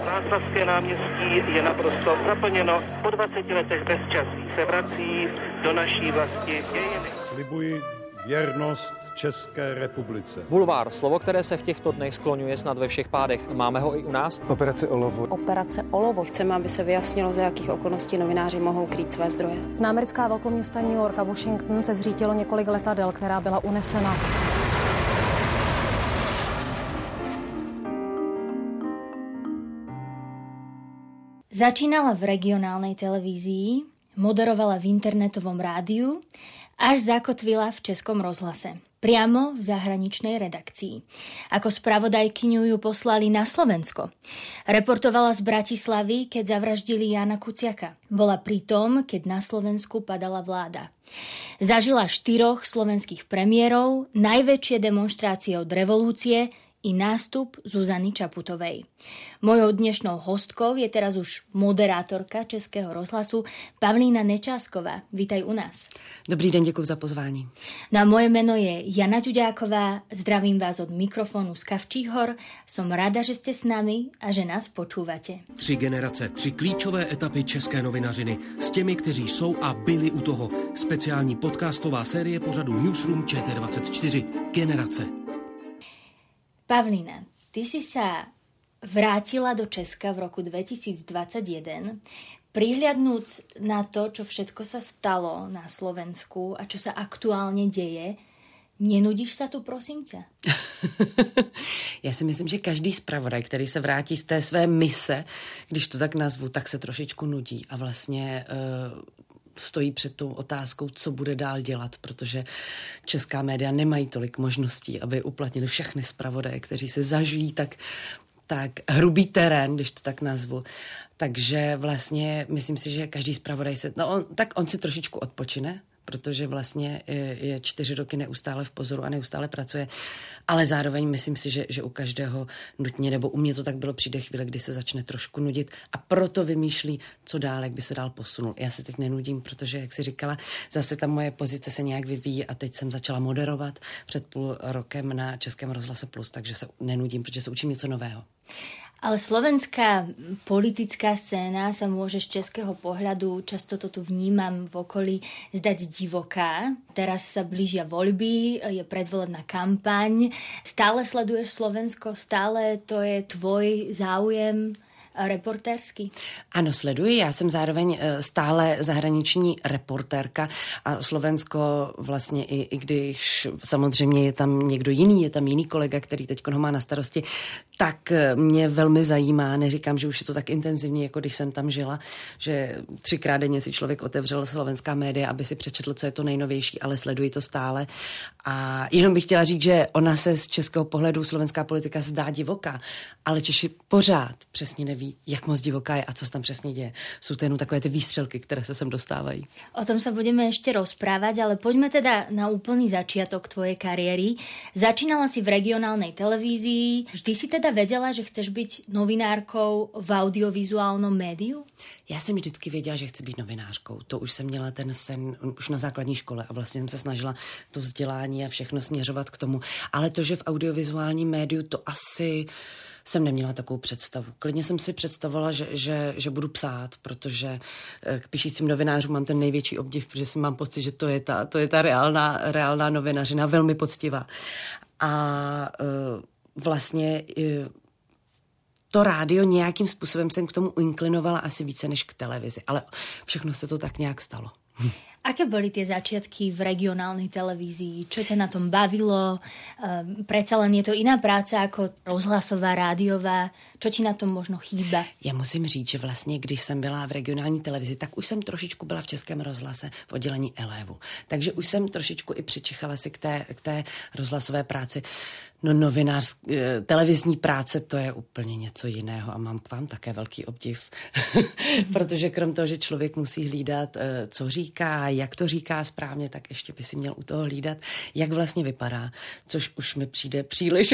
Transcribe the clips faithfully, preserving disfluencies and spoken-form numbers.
Václavské náměstí je naprosto zaplněno. Po dvaceti letech bezčasí se vrací do naší vlasti dějiny. Slibuji věrnost České republice. Bulvár, slovo, které se v těchto dnech skloňuje snad ve všech pádech. Máme ho i u nás? Operace Olovo. Operace Olovo. Chceme, aby se vyjasnilo, za jakých okolností novináři mohou krýt své zdroje. Na americká velkoměsta New York a Washington se zřítilo několik letadel, která byla unesena. Začínala v regionálnej televízii, moderovala v internetovom rádiu, až zakotvila v Českom rozhlase. Priamo v zahraničnej redakcii. Ako spravodajkyňu ju poslali na Slovensko. Reportovala z Bratislavy, keď zavraždili Jána Kuciaka. Bola pri tom, keď na Slovensku padala vláda. Zažila štyroch slovenských premiérov, najväčšie demonštrácie od revolúcie i nástup Zuzany Čaputovej. Mojou dnešnou hostkou je teraz už moderátorka Českého rozhlasu Pavlína Nečásková. Vítaj u nás. Dobrý den, děkuji za pozvání. No a moje jméno je Jana Ďuďáková, zdravím vás od mikrofonu z Kavčích hor. Som rada, že ste s nami a že nás počúvate. Tři generace, tři klíčové etapy české novinařiny s těmi, kteří jsou a byli u toho. Speciální podcastová série pořadu Newsroom Č T dvacet čtyři. Generace. Pavlína, ty si sa vrátila do Česka v roku dvetisícdvadsaťjeden, prihliadnúc na to, čo všetko sa stalo na Slovensku a čo sa aktuálne deje. Nenudíš sa tu, prosím ťa? Já si myslím, že každý zpravodaj, který se vrátí z té své mise, když to tak nazvu, tak se trošičku nudí a vlastně uh, stojí před tou otázkou, co bude dál dělat, protože česká média nemají tolik možností, aby uplatnili všechny zpravodaje, kteří se zažijí tak, tak hrubý terén, když to tak nazvu. Takže vlastně myslím si, že každý zpravodaj se, no on, tak on si trošičku odpočine, protože vlastně je, je čtyři roky neustále v pozoru a neustále pracuje, ale zároveň myslím si, že, že u každého nutně, nebo u mě to tak bylo, přijde chvíle, kdy se začne trošku nudit a proto vymýšlí, co dál, jak by se dál posunul. Já se teď nenudím, protože, jak si říkala, zase ta moje pozice se nějak vyvíjí a teď jsem začala moderovat před půl rokem na Českém rozhlase Plus, takže se nenudím, protože se učím něco nového. Ale slovenská politická scéna sa môže z českého pohľadu, často to tu vnímam v okolí, zdať divoká. Teraz sa blížia voľby, je predvolebná kampaň. Stále sleduješ Slovensko? Stále to je tvoj záujem reportérsky? Ano, sleduji. Já jsem zároveň stále zahraniční reportérka a Slovensko vlastně i, i když samozřejmě je tam někdo jiný, je tam jiný kolega, který teď ho má na starosti, tak mě velmi zajímá, neříkám, že už je to tak intenzivní, jako když jsem tam žila, že třikrát denně si člověk otevřel slovenská média, aby si přečetl, co je to nejnovější, ale sleduji to stále. A jenom bych chtěla říct, že ona se z českého pohledu slovenská politika zdá divoká, ale Češi pořád přesně neví, jak moc divoká je a co se tam přesně děje. Jsou to jenom takové ty výstřelky, které se sem dostávají. O tom sa budeme ešte rozprávať, ale poďme teda na úplný začiatok tvojej kariéry. Začínala si v regionálnej televízii. Vždy si teda vedela, že chceš byť novinárkou v audiovizuálnom médiu? Já jsem vždycky věděla, že chci být novinářkou. To už jsem měla ten sen už na základní škole a vlastně jsem se snažila to vzdělání a všechno směřovat k tomu. Ale to, že v audiovizuálním médiu, to asi jsem neměla takovou představu. Klidně jsem si představovala, že, že, že budu psát, protože k píšícím novinářům mám ten největší obdiv, protože si mám pocit, že to je ta, to je ta reálná, reálná novinařina, velmi poctivá. A uh, vlastně uh, to rádio nějakým způsobem jsem k tomu inklinovala asi více než k televizi, ale všechno se to tak nějak stalo. Aké boli tie začiatky v regionálnej televízii? Čo ťa na tom bavilo? Um, predsa len je to iná práca ako rozhlasová, rádiová. Čo ti na tom možno chýba? Já musím říct, že vlastně, když jsem byla v regionální televizi, tak už jsem trošičku byla v Českém rozhlase v oddělení Elévu. Takže už jsem trošičku i přičichala si k té, k té rozhlasové práci. No novinář, televizní práce, to je úplně něco jiného a mám k vám také velký obdiv, protože krom toho, že člověk musí hlídat, co říká, jak to říká správně, tak ještě by si měl u toho hlídat, jak vlastně vypadá, což už mi přijde příliš,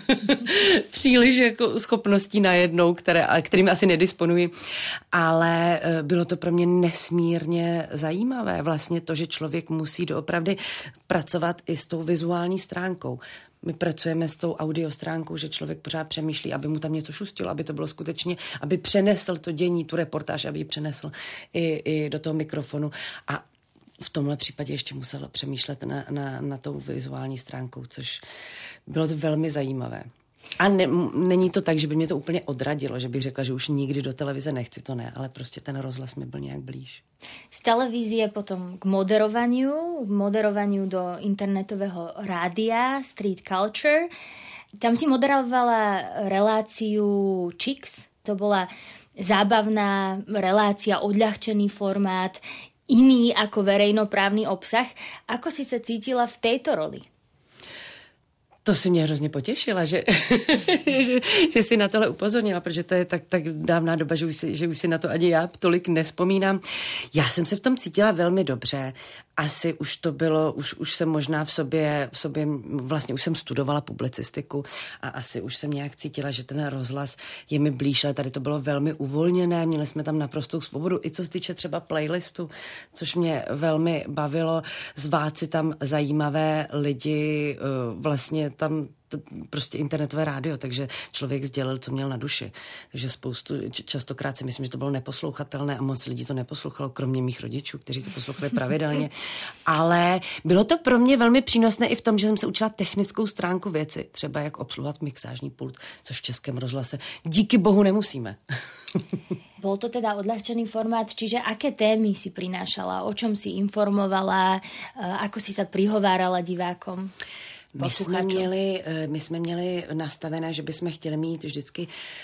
příliš jako schopností najednou, které, kterými asi nedisponuji, ale bylo to pro mě nesmírně zajímavé, vlastně to, že člověk musí doopravdy pracovat i s tou vizuální stránkou. My pracujeme s tou audiostránkou, že člověk pořád přemýšlí, aby mu tam něco šustilo, aby to bylo skutečně, aby přenesl to dění, tu reportáž, aby ji přenesl i, i do toho mikrofonu. A v tomhle případě ještě musel přemýšlet na, na, na tou vizuální stránkou, což bylo to velmi zajímavé. A ne, není to tak, že by mě to úplně odradilo, že bych řekla, že už nikdy do televize nechci, to ne, ale prostě ten rozhlas mi byl nějak blíž. Z televízie potom k moderovaniu, k moderovaniu do internetového rádia, Street Culture. Tam si moderovala reláciu Chicks, to bola zábavná relácia, odľahčený formát, iný ako verejnoprávny obsah. Ako si sa cítila v tejto roli? To si mě hrozně potěšila, že, že, že si na tohle upozornila, protože to je tak, tak dávná doba, že už, si, že už si na to ani já tolik nespomínám. Já jsem se v tom cítila velmi dobře. Asi už to bylo, už, už jsem možná v sobě, v sobě, vlastně už jsem studovala publicistiku a asi už jsem nějak cítila, že ten rozhlas je mi blíž, ale tady to bylo velmi uvolněné, měli jsme tam naprostou svobodu, i co se týče třeba playlistu, což mě velmi bavilo, zvát si tam zajímavé lidi, vlastně tam prostě internetové rádio, takže člověk sdělil, co měl na duši. Takže spoustu, častokrát si myslím, že to bylo neposlouchatelné a moc lidí to neposlouchalo, kromě mých rodičů, kteří to poslouchali pravidelně. Ale bylo to pro mě velmi přínosné i v tom, že jsem se učila technickou stránku věci, třeba jak obsluhovat mixážní pult, což v Českém rozhlase díky bohu nemusíme. Bol to teda odľahčený formát, čiže aké témy si prinášala, o čom si informovala, ako si sa prihovárala divákom? My jsme, měli, my jsme měli nastavené, že bychom chtěli mít vždycky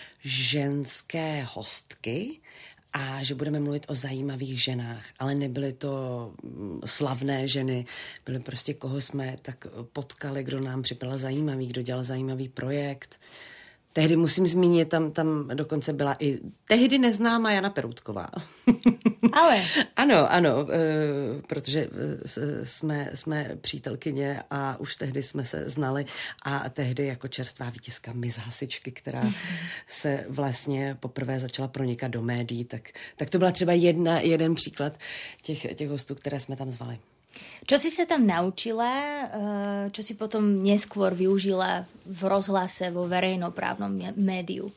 ženské hostky a že budeme mluvit o zajímavých ženách, ale nebyly to slavné ženy, byly prostě koho jsme tak potkali, kdo nám připadal zajímavý, kdo dělal zajímavý projekt. Tehdy musím zmínit, tam, tam dokonce byla i tehdy neznámá Jana Peroutková. Ale. Ano, ano, e, protože jsme, jsme přítelkyně a už tehdy jsme se znali a tehdy jako čerstvá vítězka Miss Hasičky, která se vlastně poprvé začala pronikat do médií, tak, tak to byla třeba jedna, jeden příklad těch, těch hostů, které jsme tam zvali. Čo si sa tam naučila, čo si potom neskôr využila v rozhlase, vo verejnoprávnom médiu?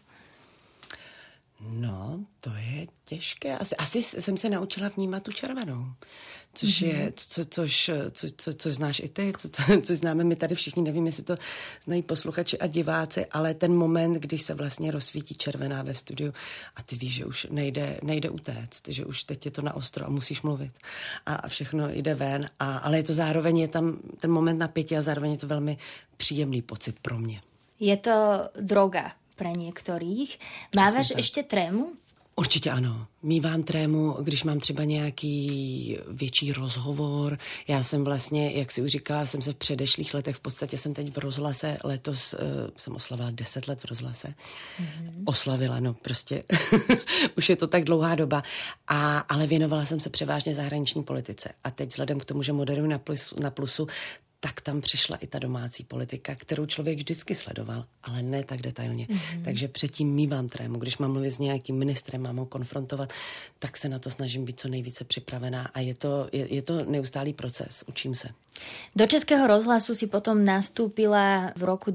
No, to je těžké. Asi, asi jsem se naučila vnímat tu červenou, což mm-hmm. je, co, což, co, co, co znáš i ty, co, co, což známe my tady všichni, nevím, jestli to znají posluchači a diváci, ale ten moment, když se vlastně rozsvítí červená ve studiu a ty víš, že už nejde, nejde utéct, že už teď je to na ostro a musíš mluvit a všechno jde ven, a, ale je to zároveň, je tam ten moment napětí a zároveň je to velmi příjemný pocit pro mě. Je to droga pre niektorých. Mávaš ešte trému? Určitě ano. Mívám trému, když mám třeba nějaký větší rozhovor. Já jsem vlastně, jak si už říkala, jsem se v předešlých letech, v podstatě jsem teď v rozhlase, letos uh, jsem oslavila deset let v rozhlase. Mm-hmm. Oslavila, no prostě. Už je to tak dlouhá doba. A, ale věnovala jsem se převážně zahraniční politice. A teď vzhledem k tomu, že moderuji na, plus, na Plusu, tak tam přišla i ta domácí politika, kterou člověk vždycky sledoval, ale ne tak detailně. Mm-hmm. Takže předtím mívám trému. Když mám mluvit s nějakým ministrem, mám ho konfrontovat, tak se na to snažím být co nejvíce připravená a je to, je, je to neustálý proces. Učím se. Do Českého rozhlasu si potom nastúpila v roku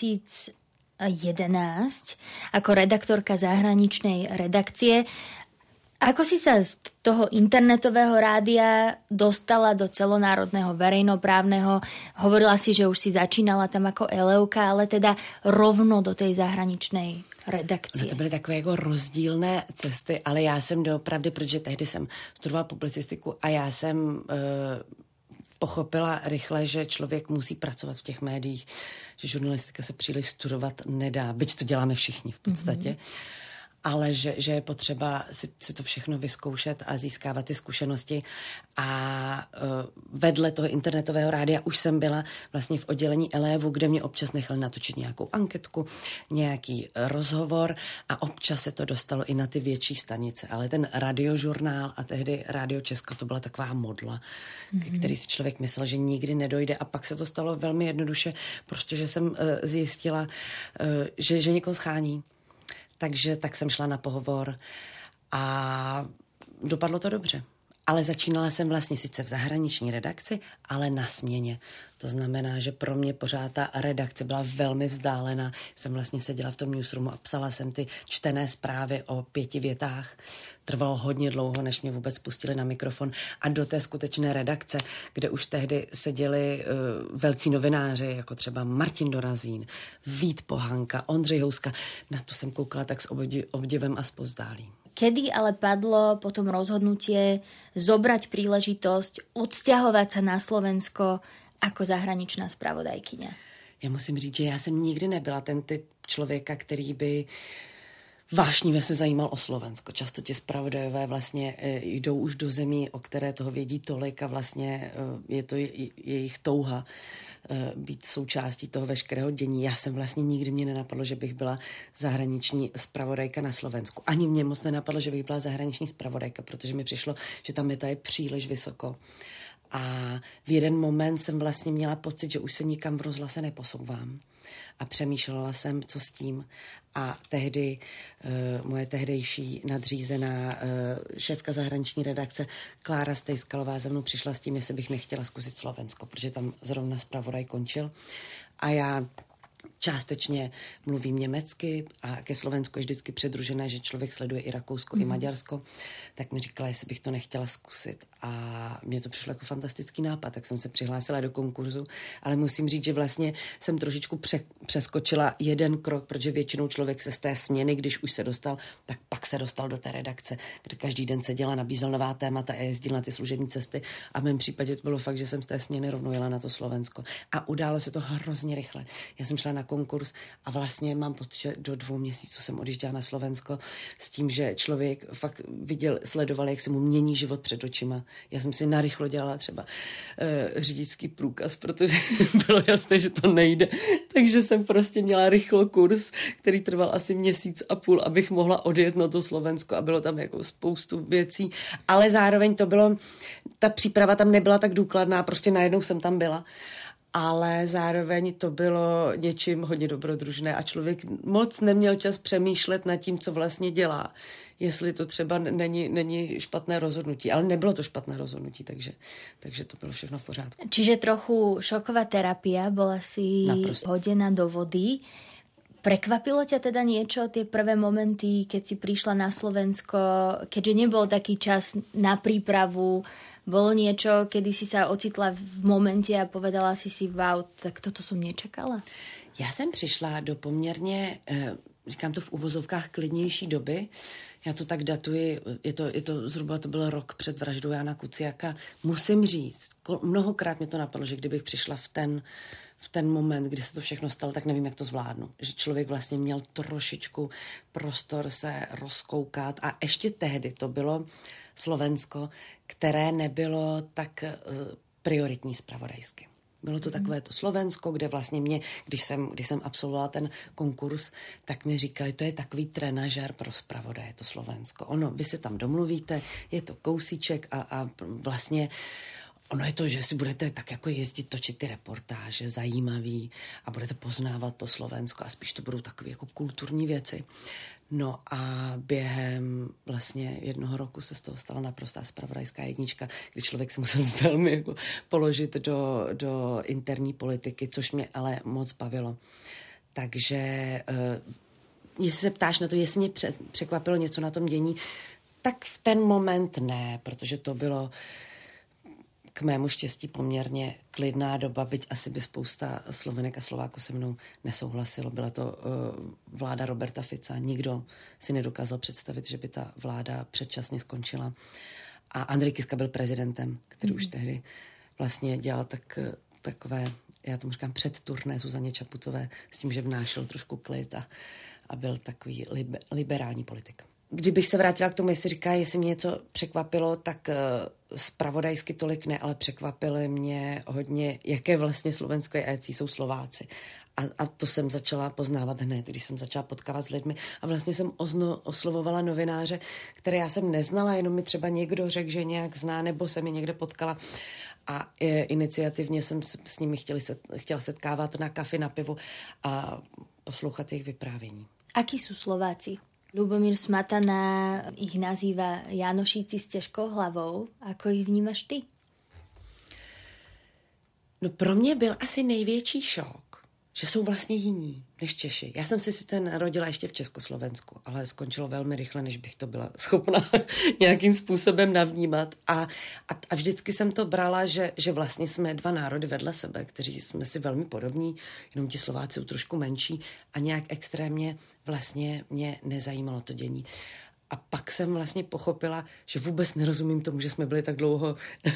dvetisícjedenásť ako redaktorka zahraničnej redakcie. Ako si sa z toho internetového rádia dostala do celonárodného verejnoprávneho? Hovorila si, že už si začínala tam ako elevka, ale teda rovno do tej zahraničnej redakcie. No to byly takové jako rozdílné cesty, ale já jsem doopravdy, protože tehdy jsem studovala publicistiku a já jsem e, pochopila rychle, že člověk musí pracovat v těch médiích, že žurnalistika se příliš studovat nedá, byť to děláme všichni v podstatě. Mm-hmm. Ale že, že je potřeba si, si to všechno vyzkoušet a získávat ty zkušenosti. A uh, vedle toho internetového rádia už jsem byla vlastně v oddělení Elévu, kde mě občas nechali natočit nějakou anketku, nějaký rozhovor a občas se to dostalo i na ty větší stanice. Ale ten radiožurnál a tehdy Rádio Česko, to byla taková modla, mm-hmm. který si člověk myslel, že nikdy nedojde a pak se to stalo velmi jednoduše, protože jsem uh, zjistila, uh, že, že někoho schání. Takže tak jsem šla na pohovor a dopadlo to dobře. Ale začínala jsem vlastně sice v zahraniční redakci, ale na směně. To znamená, že pro mě pořád ta redakce byla velmi vzdálená. Jsem vlastně seděla v tom newsroomu a psala jsem ty čtené zprávy o pěti větách. Trvalo hodně dlouho, než mě vůbec pustili na mikrofon a do té skutečné redakce, kde už tehdy seděli uh, velcí novináři, jako třeba Martin Dorazín, Vít Pohanka, Ondřej Houska. Na to jsem koukala tak s obdivem a zpozdálí. Kedy ale padlo potom rozhodnutie zobrať príležitosť, odsťahovať sa na Slovensko ako zahraničná spravodajkyňa? Já musím říct, že já jsem nikdy nebyla ten typ člověka, který by vášnivě se zajímal o Slovensko. Často ti zpravodajové vlastně jdou už do zemí, o které toho vědí tolik a vlastně je to jejich touha být součástí toho veškerého dění. Já jsem vlastně nikdy mě nenapadlo, že bych byla zahraniční zpravodajka na Slovensku. Ani mě moc nenapadlo, že bych byla zahraniční zpravodajka, protože mi přišlo, že ta meta je příliš vysoko. A v jeden moment jsem vlastně měla pocit, že už se nikam v rozhlase neposouvám. A přemýšlela jsem, co s tím. A tehdy uh, moje tehdejší nadřízená uh, šéfka zahraniční redakce Klára Stejskalová za mnou přišla s tím, jestli bych nechtěla zkusit Slovensko, protože tam zrovna zpravodaj končil. A já částečně mluvím německy a ke Slovensku je vždycky předružené, že člověk sleduje i Rakousko, mm. i Maďarsko, tak mi říkala, jestli bych to nechtěla zkusit. A mně to přišlo jako fantastický nápad, tak jsem se přihlásila do konkurzu, ale musím říct, že vlastně jsem trošičku pře- přeskočila jeden krok, protože většinou člověk se z té směny, když už se dostal, tak pak se dostal do té redakce, kde každý den seděla, nabízel nová témata a jezdil na ty služební cesty. A v mém případě to bylo fakt, že jsem z té směny rovnou jela na to Slovensko. A událo se to hrozně rychle. Já jsem šla na konkurs a vlastně mám pocit, že do dvou měsíců jsem odjížděla na Slovensko s tím, že člověk fakt viděl, sledoval, jak se mu mění život před očima. Já jsem si narychlo dělala třeba uh, řidičský průkaz, protože bylo jasné, že to nejde. Takže jsem prostě měla rychlo kurz, který trval asi měsíc a půl, abych mohla odjet na to Slovensko a bylo tam jako spoustu věcí. Ale zároveň to bylo, ta příprava tam nebyla tak důkladná, prostě najednou jsem tam byla. Ale zároveň to bylo něčím hodně dobrodružné a člověk moc neměl čas přemýšlet nad tím, co vlastně dělá. Jestli to třeba není, není špatné rozhodnutí. Ale nebylo to špatné rozhodnutí, takže, takže to bylo všechno v pořádku. Čiže trochu šoková terapia, bola si Naprosto. hodená do vody. Prekvapilo ťa teda niečo, tie prvé momenty, keď si prišla na Slovensko, keďže nebol taký čas na prípravu, bolo niečo, kedy si sa ocitla v momente a povedala si si, wow, tak toto som nečakala? Já jsem přišla do poměrně, říkám to v uvozovkách, klidnější doby. Já to tak datuji, je to, je to zhruba to byl rok před vraždou Jana Kuciaka. Musím říct, mnohokrát mě to napadlo, že kdybych přišla v ten, v ten moment, kdy se to všechno stalo, tak nevím, jak to zvládnu. Že člověk vlastně měl trošičku prostor se rozkoukat a ještě tehdy to bylo Slovensko, které nebylo tak prioritní zpravodajsky. Bylo to takové to Slovensko, kde vlastně mě, když jsem, když jsem absolvovala ten konkurs, tak mi říkali, to je takový trenažér pro zpravodaje, to Slovensko. Ono, vy se tam domluvíte, je to kousíček a, a vlastně ono je to, že si budete tak jako jezdit, točit ty reportáže, zajímavý a budete poznávat to Slovensko a spíš to budou takové jako kulturní věci. No a během vlastně jednoho roku se z toho stala naprostá zpravodajská jednička, kdy člověk se musel velmi jako položit do, do interní politiky, což mě ale moc bavilo. Takže uh, jestli se ptáš na to, jestli mě překvapilo něco na tom dění, tak v ten moment ne, protože to bylo k mému štěstí poměrně klidná doba, byť asi by spousta Slovenek a Slováků se mnou nesouhlasilo. Byla to uh, vláda Roberta Fica. Nikdo si nedokázal představit, že by ta vláda předčasně skončila. A Andrej Kiska byl prezidentem, který mm. už tehdy vlastně dělal tak, takové, já tomu říkám, předturné Zuzaně Čaputové s tím, že vnášel trošku klid a, a byl takový libe, liberální politik. Kdybych se vrátila k tomu, jestli říká, jestli mě něco překvapilo, tak uh, zpravodajsky tolik ne, ale překvapily mě hodně, jaké vlastně Slovensko je a jací jsou Slováci. A, a to jsem začala poznávat hned, když jsem začala potkávat s lidmi. A vlastně jsem ozno, oslovovala novináře, které já jsem neznala, jenom mi třeba někdo řekl, že nějak zná, nebo jsem je někde potkala. A e, iniciativně jsem s, s nimi chtěli set, chtěla setkávat na kafi, na pivu a poslouchat jejich vyprávění. Akí sú Slováci? Ľubomír Smatana ich nazýva Jánošíci s ťažkou hlavou. Ako ich vnímaš ty? No pro mě byl asi největší šok, že jsou vlastně jiní než Češi. Já jsem se sice narodila ještě v Československu, ale skončilo velmi rychle, než bych to byla schopna nějakým způsobem navnímat. A, a, a vždycky jsem to brala, že, že vlastně jsme dva národy vedle sebe, kteří jsme si velmi podobní, jenom ti Slováci jsou trošku menší a nějak extrémně vlastně mě nezajímalo to dění. A pak jsem vlastně pochopila, že vůbec nerozumím tomu, že jsme byli tak dlouho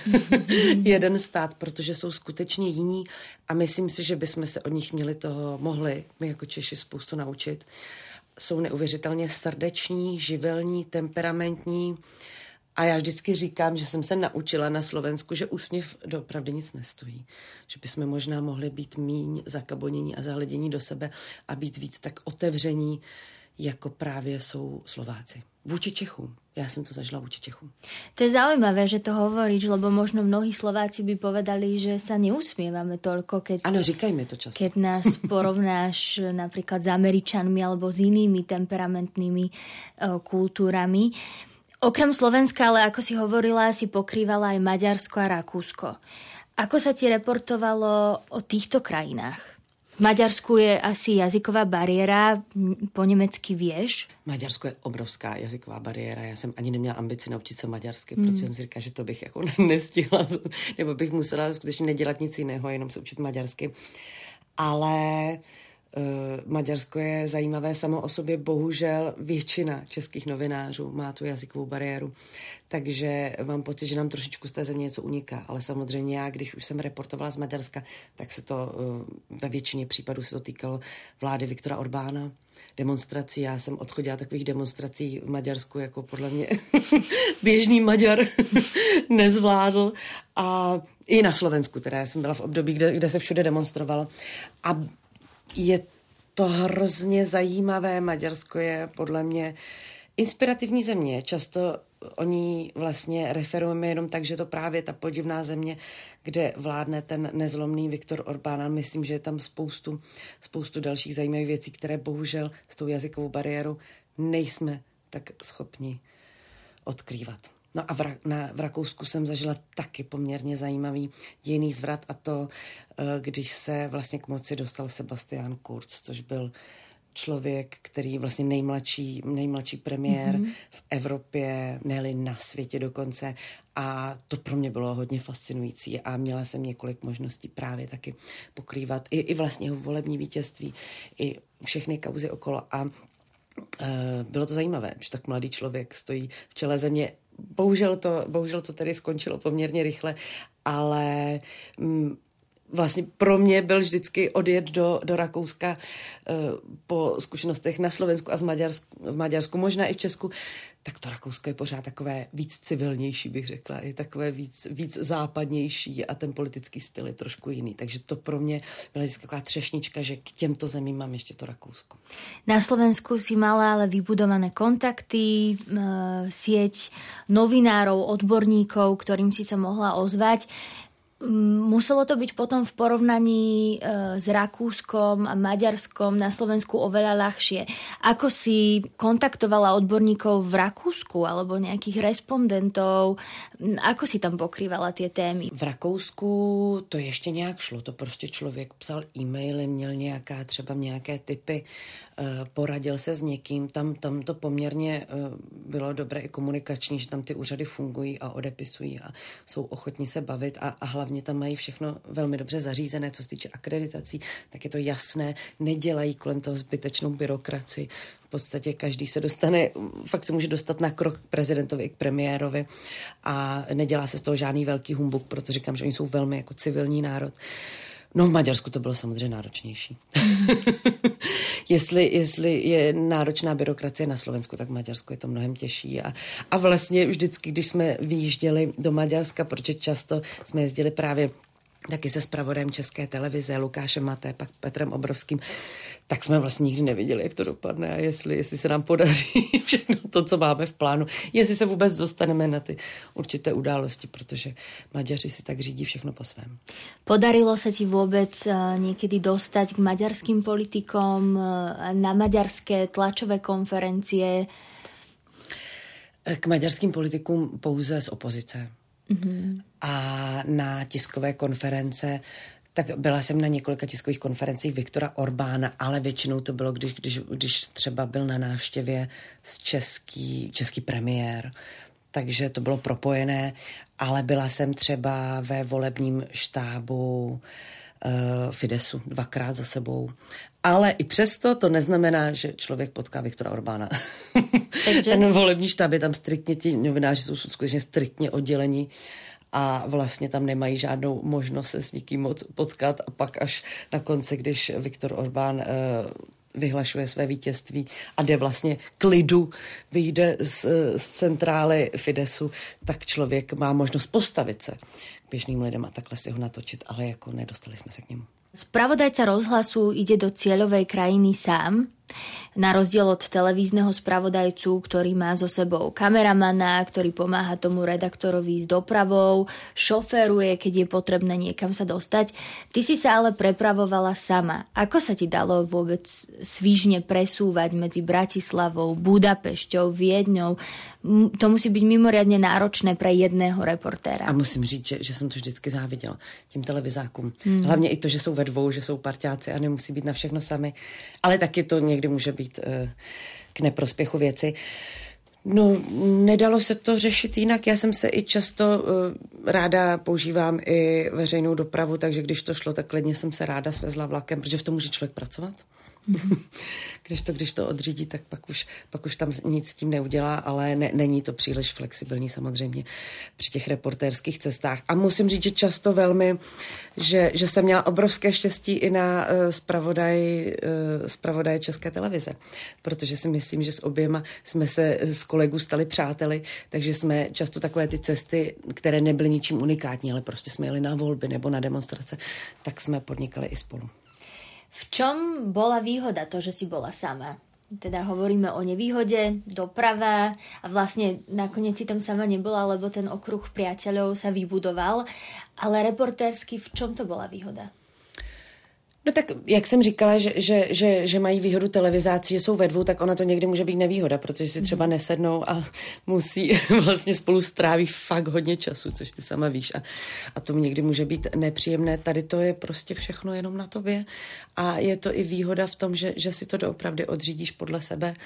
jeden stát, protože jsou skutečně jiní a myslím si, že bychom se od nich měli toho mohli, my jako Češi, spoustu naučit. Jsou neuvěřitelně srdeční, živelní, temperamentní a já vždycky říkám, že jsem se naučila na Slovensku, že úsměv doopravdy nic nestojí. Že bychom možná mohli být míň zakabonění a zahledění do sebe a být víc tak otevření, jako právě jsou Slováci. Vůči Čechům. Ja som to zažila vůči Čechům. To je zaujímavé, že to hovoríš, lebo možno mnohí Slováci by povedali, že sa neusmievame toľko, keď, ano, říkajme to často. Keď nás porovnáš napríklad s Američanmi alebo s inými temperamentnými uh, kultúrami. Okrem Slovenska, ale ako si hovorila, si pokrývala aj Maďarsko a Rakúsko. Ako sa ti reportovalo o týchto krajinách? V Maďarsku je asi jazyková bariéra, po německy vieš? Maďarsko je obrovská jazyková bariéra. Já jsem ani neměla ambici naučit se maďarsky, mm. protože jsem si říkala, že to bych jako nestihla, nebo bych musela skutečně nedělat nic jiného, jenom se učit maďarsky. Ale uh, Maďarsko je zajímavé samo o sobě. Bohužel většina českých novinářů má tu jazykovou bariéru, takže mám pocit, že nám trošičku z té země něco uniká. Ale samozřejmě já, když už jsem reportovala z Maďarska, tak se to uh, ve většině případů se to týkalo vlády Viktora Orbána, demonstrací. Já jsem odchodila takových demonstrací v Maďarsku, jako podle mě běžný Maďar nezvládl. A i na Slovensku, teda já jsem byla v období, kde, kde se všude demonstrovalo. A je to hrozně zajímavé. Maďarsko je podle mě inspirativní země. Často o ní vlastně referujeme jenom tak, že to právě ta podivná země, kde vládne ten nezlomný Viktor Orbán. A myslím, že je tam spoustu, spoustu dalších zajímavých věcí, které bohužel s tou jazykovou bariérou nejsme tak schopni odkrývat. No a v, Ra- na, v Rakousku jsem zažila taky poměrně zajímavý dějný zvrat a to, když se vlastně k moci dostal Sebastian Kurz, což byl člověk, který vlastně nejmladší, nejmladší premiér mm-hmm. v Evropě, ne-li na světě dokonce. A to pro mě bylo hodně fascinující a měla jsem několik možností právě taky pokrývat i, i vlastně jeho volební vítězství, i všechny kauzy okolo. A uh, bylo to zajímavé, že tak mladý člověk stojí v čele země. Bohužel to, bohužel to tedy skončilo poměrně rychle, ale mm, vlastně pro mě byl vždycky odjet do, do Rakouska uh, po zkušenostech na Slovensku a z Maďarsku, v Maďarsku, možná i v Česku, tak to Rakousko je pořád takové víc civilnější, bych řekla, je takové víc, víc západnější a ten politický styl je trošku jiný. Takže to pro mě byla vždycky taková třešnička, že k těmto zemím mám ještě to Rakousko. Na Slovensku si mala ale vybudované kontakty, sieť novinárov, odborníkov, ktorým si sa mohla ozvať. Muselo to byť potom v porovnaní s Rakúskom a Maďarskom na Slovensku oveľa ľahšie. Ako si kontaktovala odborníkov v Rakúsku alebo nejakých respondentov? Ako si tam pokrývala tie témy? V Rakousku to ještě nějak šlo. To prostě člověk psal e-maily, měl nějaká třeba nějaké tipy, poradil se s někým. Tam, tam to poměrně bylo dobré i komunikační, že tam ty úřady fungují a odepisují a jsou ochotní se bavit a, a hlavně tam mají všechno velmi dobře zařízené, co se týče akreditací, tak je to jasné, nedělají kolem toho zbytečnou byrokracii. V podstatě každý se dostane, fakt se může dostat na krok k prezidentovi i k premiérovi a nedělá se z toho žádný velký humbuk, proto říkám, že oni jsou velmi jako civilní národ. No v Maďarsku to bylo samozřejmě náročnější. jestli, jestli je náročná byrokracie na Slovensku, tak v Maďarsku je to mnohem těžší. A, a vlastně vždycky, když jsme vyjížděli do Maďarska, protože často jsme jezdili právě taky se zpravodajem České televize, Lukášem Maté, pak Petrem Obrovským, tak jsme vlastně nikdy neviděli, jak to dopadne a jestli, jestli se nám podaří všechno to, co máme v plánu, jestli se vůbec dostaneme na ty určité události, protože Maďaři si tak řídí všechno po svém. Podarilo sa ti vôbec niekedy dostať k maďarským politikom, na maďarské tlačové konferencie? K maďarským politikům pouze z opozice. Mm-hmm. A na tiskové konference, tak byla jsem na několika tiskových konferencích Viktora Orbána, ale většinou to bylo, když, když, když třeba byl na návštěvě z český, český premiér, takže to bylo propojené, ale byla jsem třeba ve volebním štábu uh, Fidesu dvakrát za sebou. Ale i přesto to neznamená, že člověk potká Viktora Orbána. Takže... Ten volební štáb je tam striktně, ti novináři jsou skutečně striktně oddělení a vlastně tam nemají žádnou možnost se s nikým moc potkat a pak až na konci, když Viktor Orbán uh, vyhlašuje své vítězství a jde vlastně k lidu, vyjde z, z centrály Fidesu, tak člověk má možnost postavit se k běžným lidem a takhle si ho natočit, ale jako nedostali jsme se k němu. Spravodajca rozhlasu ide do cieľovej krajiny sám, na rozdiel od televízneho spravodajcu, ktorý má so sebou kameramana, ktorý pomáha tomu redaktorovi s dopravou, šoféruje, keď je potrebné niekam sa dostať. Ty si sa ale prepravovala sama. Ako sa ti dalo vôbec svižne presúvať medzi Bratislavou, Budapešťou, Viedňou? To musí byť mimoriadne náročné pre jedného reportéra. A musím říct, že, že jsem to vždycky záviděla těm televizákům. Hmm. Hlavně i to, že jsou ve dvou, že jsou parťáci a nemusí být na všechno sami. Ale taky to někdy může být uh, k neprospěchu věci. No, nedalo se to řešit jinak. Já jsem se i často uh, ráda používám i veřejnou dopravu, takže když to šlo, tak klidně jsem se ráda svezla vlakem, protože v tom může člověk pracovat. Mm-hmm. Když to, když to odřídí, tak pak už, pak už tam nic s tím neudělá, ale ne, není to příliš flexibilní samozřejmě při těch reportérských cestách. A musím říct, že často velmi, že, že jsem měla obrovské štěstí i na uh, zpravodaj, uh, zpravodaj České televize, protože si myslím, že s oběma jsme se s kolegů stali přáteli, takže jsme často takové ty cesty, které nebyly ničím unikátní, ale prostě jsme jeli na volby nebo na demonstrace, tak jsme podnikali i spolu. V čom bola výhoda to, že si bola sama? Teda hovoríme o nevýhode, doprava a vlastne nakoniec si tam sama nebola, lebo ten okruh priateľov sa vybudoval, ale reportérsky v čom to bola výhoda? No tak, jak jsem říkala, že, že, že, že mají výhodu televizáci, že jsou ve dvou, tak ona to někdy může být nevýhoda, protože si třeba nesednou a musí vlastně spolu stráví fakt hodně času, což ty sama víš a, a to někdy může být nepříjemné. Tady to je prostě všechno jenom na tobě a je to i výhoda v tom, že, že si to doopravdy odřídíš podle sebe,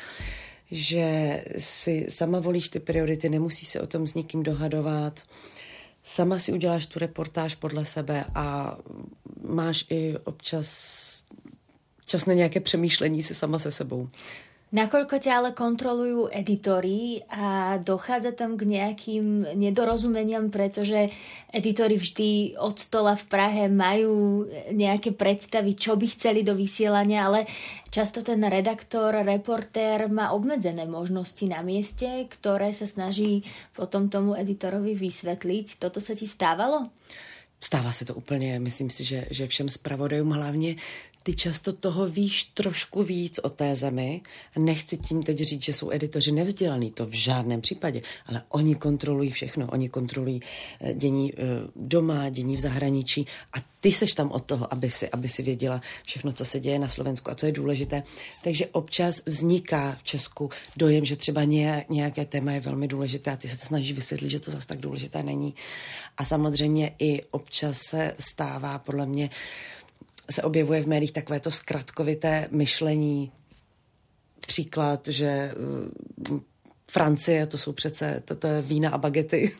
že si sama volíš ty priority, nemusí se o tom s nikým dohadovat. Sama si uděláš tu reportáž podle sebe a máš i občas čas na nějaké přemýšlení si sama se sebou. Nakoľko ťa ale kontrolujú editori a dochádza tam k nejakým nedorozumeniam, pretože editori vždy od stola v Prahe majú nejaké predstavy, čo by chceli do vysielania, ale často ten redaktor, reportér má obmedzené možnosti na mieste, ktoré sa snaží potom tomu editorovi vysvetliť. Toto sa ti stávalo? Stává se to úplně, myslím si, že, že všem zpravodajům hlavně ty často toho víš trošku víc o té zemi a nechci tím teď říct, že jsou editoři nevzdělaný, to v žádném případě, ale oni kontrolují všechno, oni kontrolují dění doma, dění v zahraničí a ty seš tam od toho, aby si, aby si věděla všechno, co se děje na Slovensku a to je důležité. Takže občas vzniká v Česku dojem, že třeba nějaké téma je velmi důležité a ty se to snaží vysvětlit, že to zase tak důležité není. A samozřejmě i občas se stává, podle mě, se objevuje v médiích takové to zkratkovité myšlení. Příklad, že Francie, to jsou přece to, to je vína a bagety.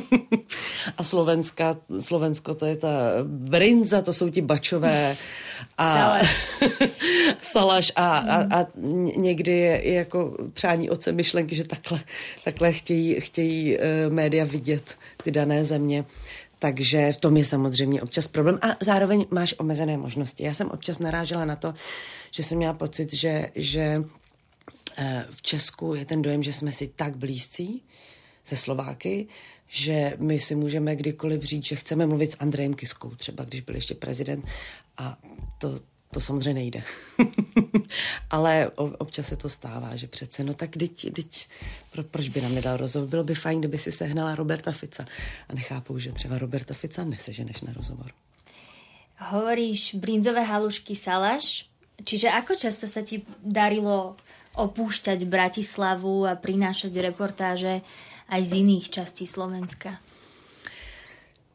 A Slovenska, Slovensko, to je ta brinza, to jsou ti bačové. A salaš. salaš a, a, a někdy je, je jako přání otce myšlenky, že takhle, takhle chtějí, chtějí uh, média vidět ty dané země. Takže v tom je samozřejmě občas problém a zároveň máš omezené možnosti. Já jsem občas narážela na to, že jsem měla pocit, že, že v Česku je ten dojem, že jsme si tak blízcí se Slováky, že my si můžeme kdykoliv říct, že chceme mluvit s Andrejem Kiskou, třeba když byl ještě prezident a to, to samozřejmě nejde. Ale občas se to stává, že přece, no tak dyť, dyť, pro, proč by nám nedal rozhovor? Bylo by fajn, kdyby si sehnala Roberta Fica. A nechápou, že třeba Roberta Fica neseženeš na rozhovor. Hovoríš brinzové halušky, salaš, čiže ako často sa ti darilo opúšťať Bratislavu a prinášať reportáže aj z iných častí Slovenska?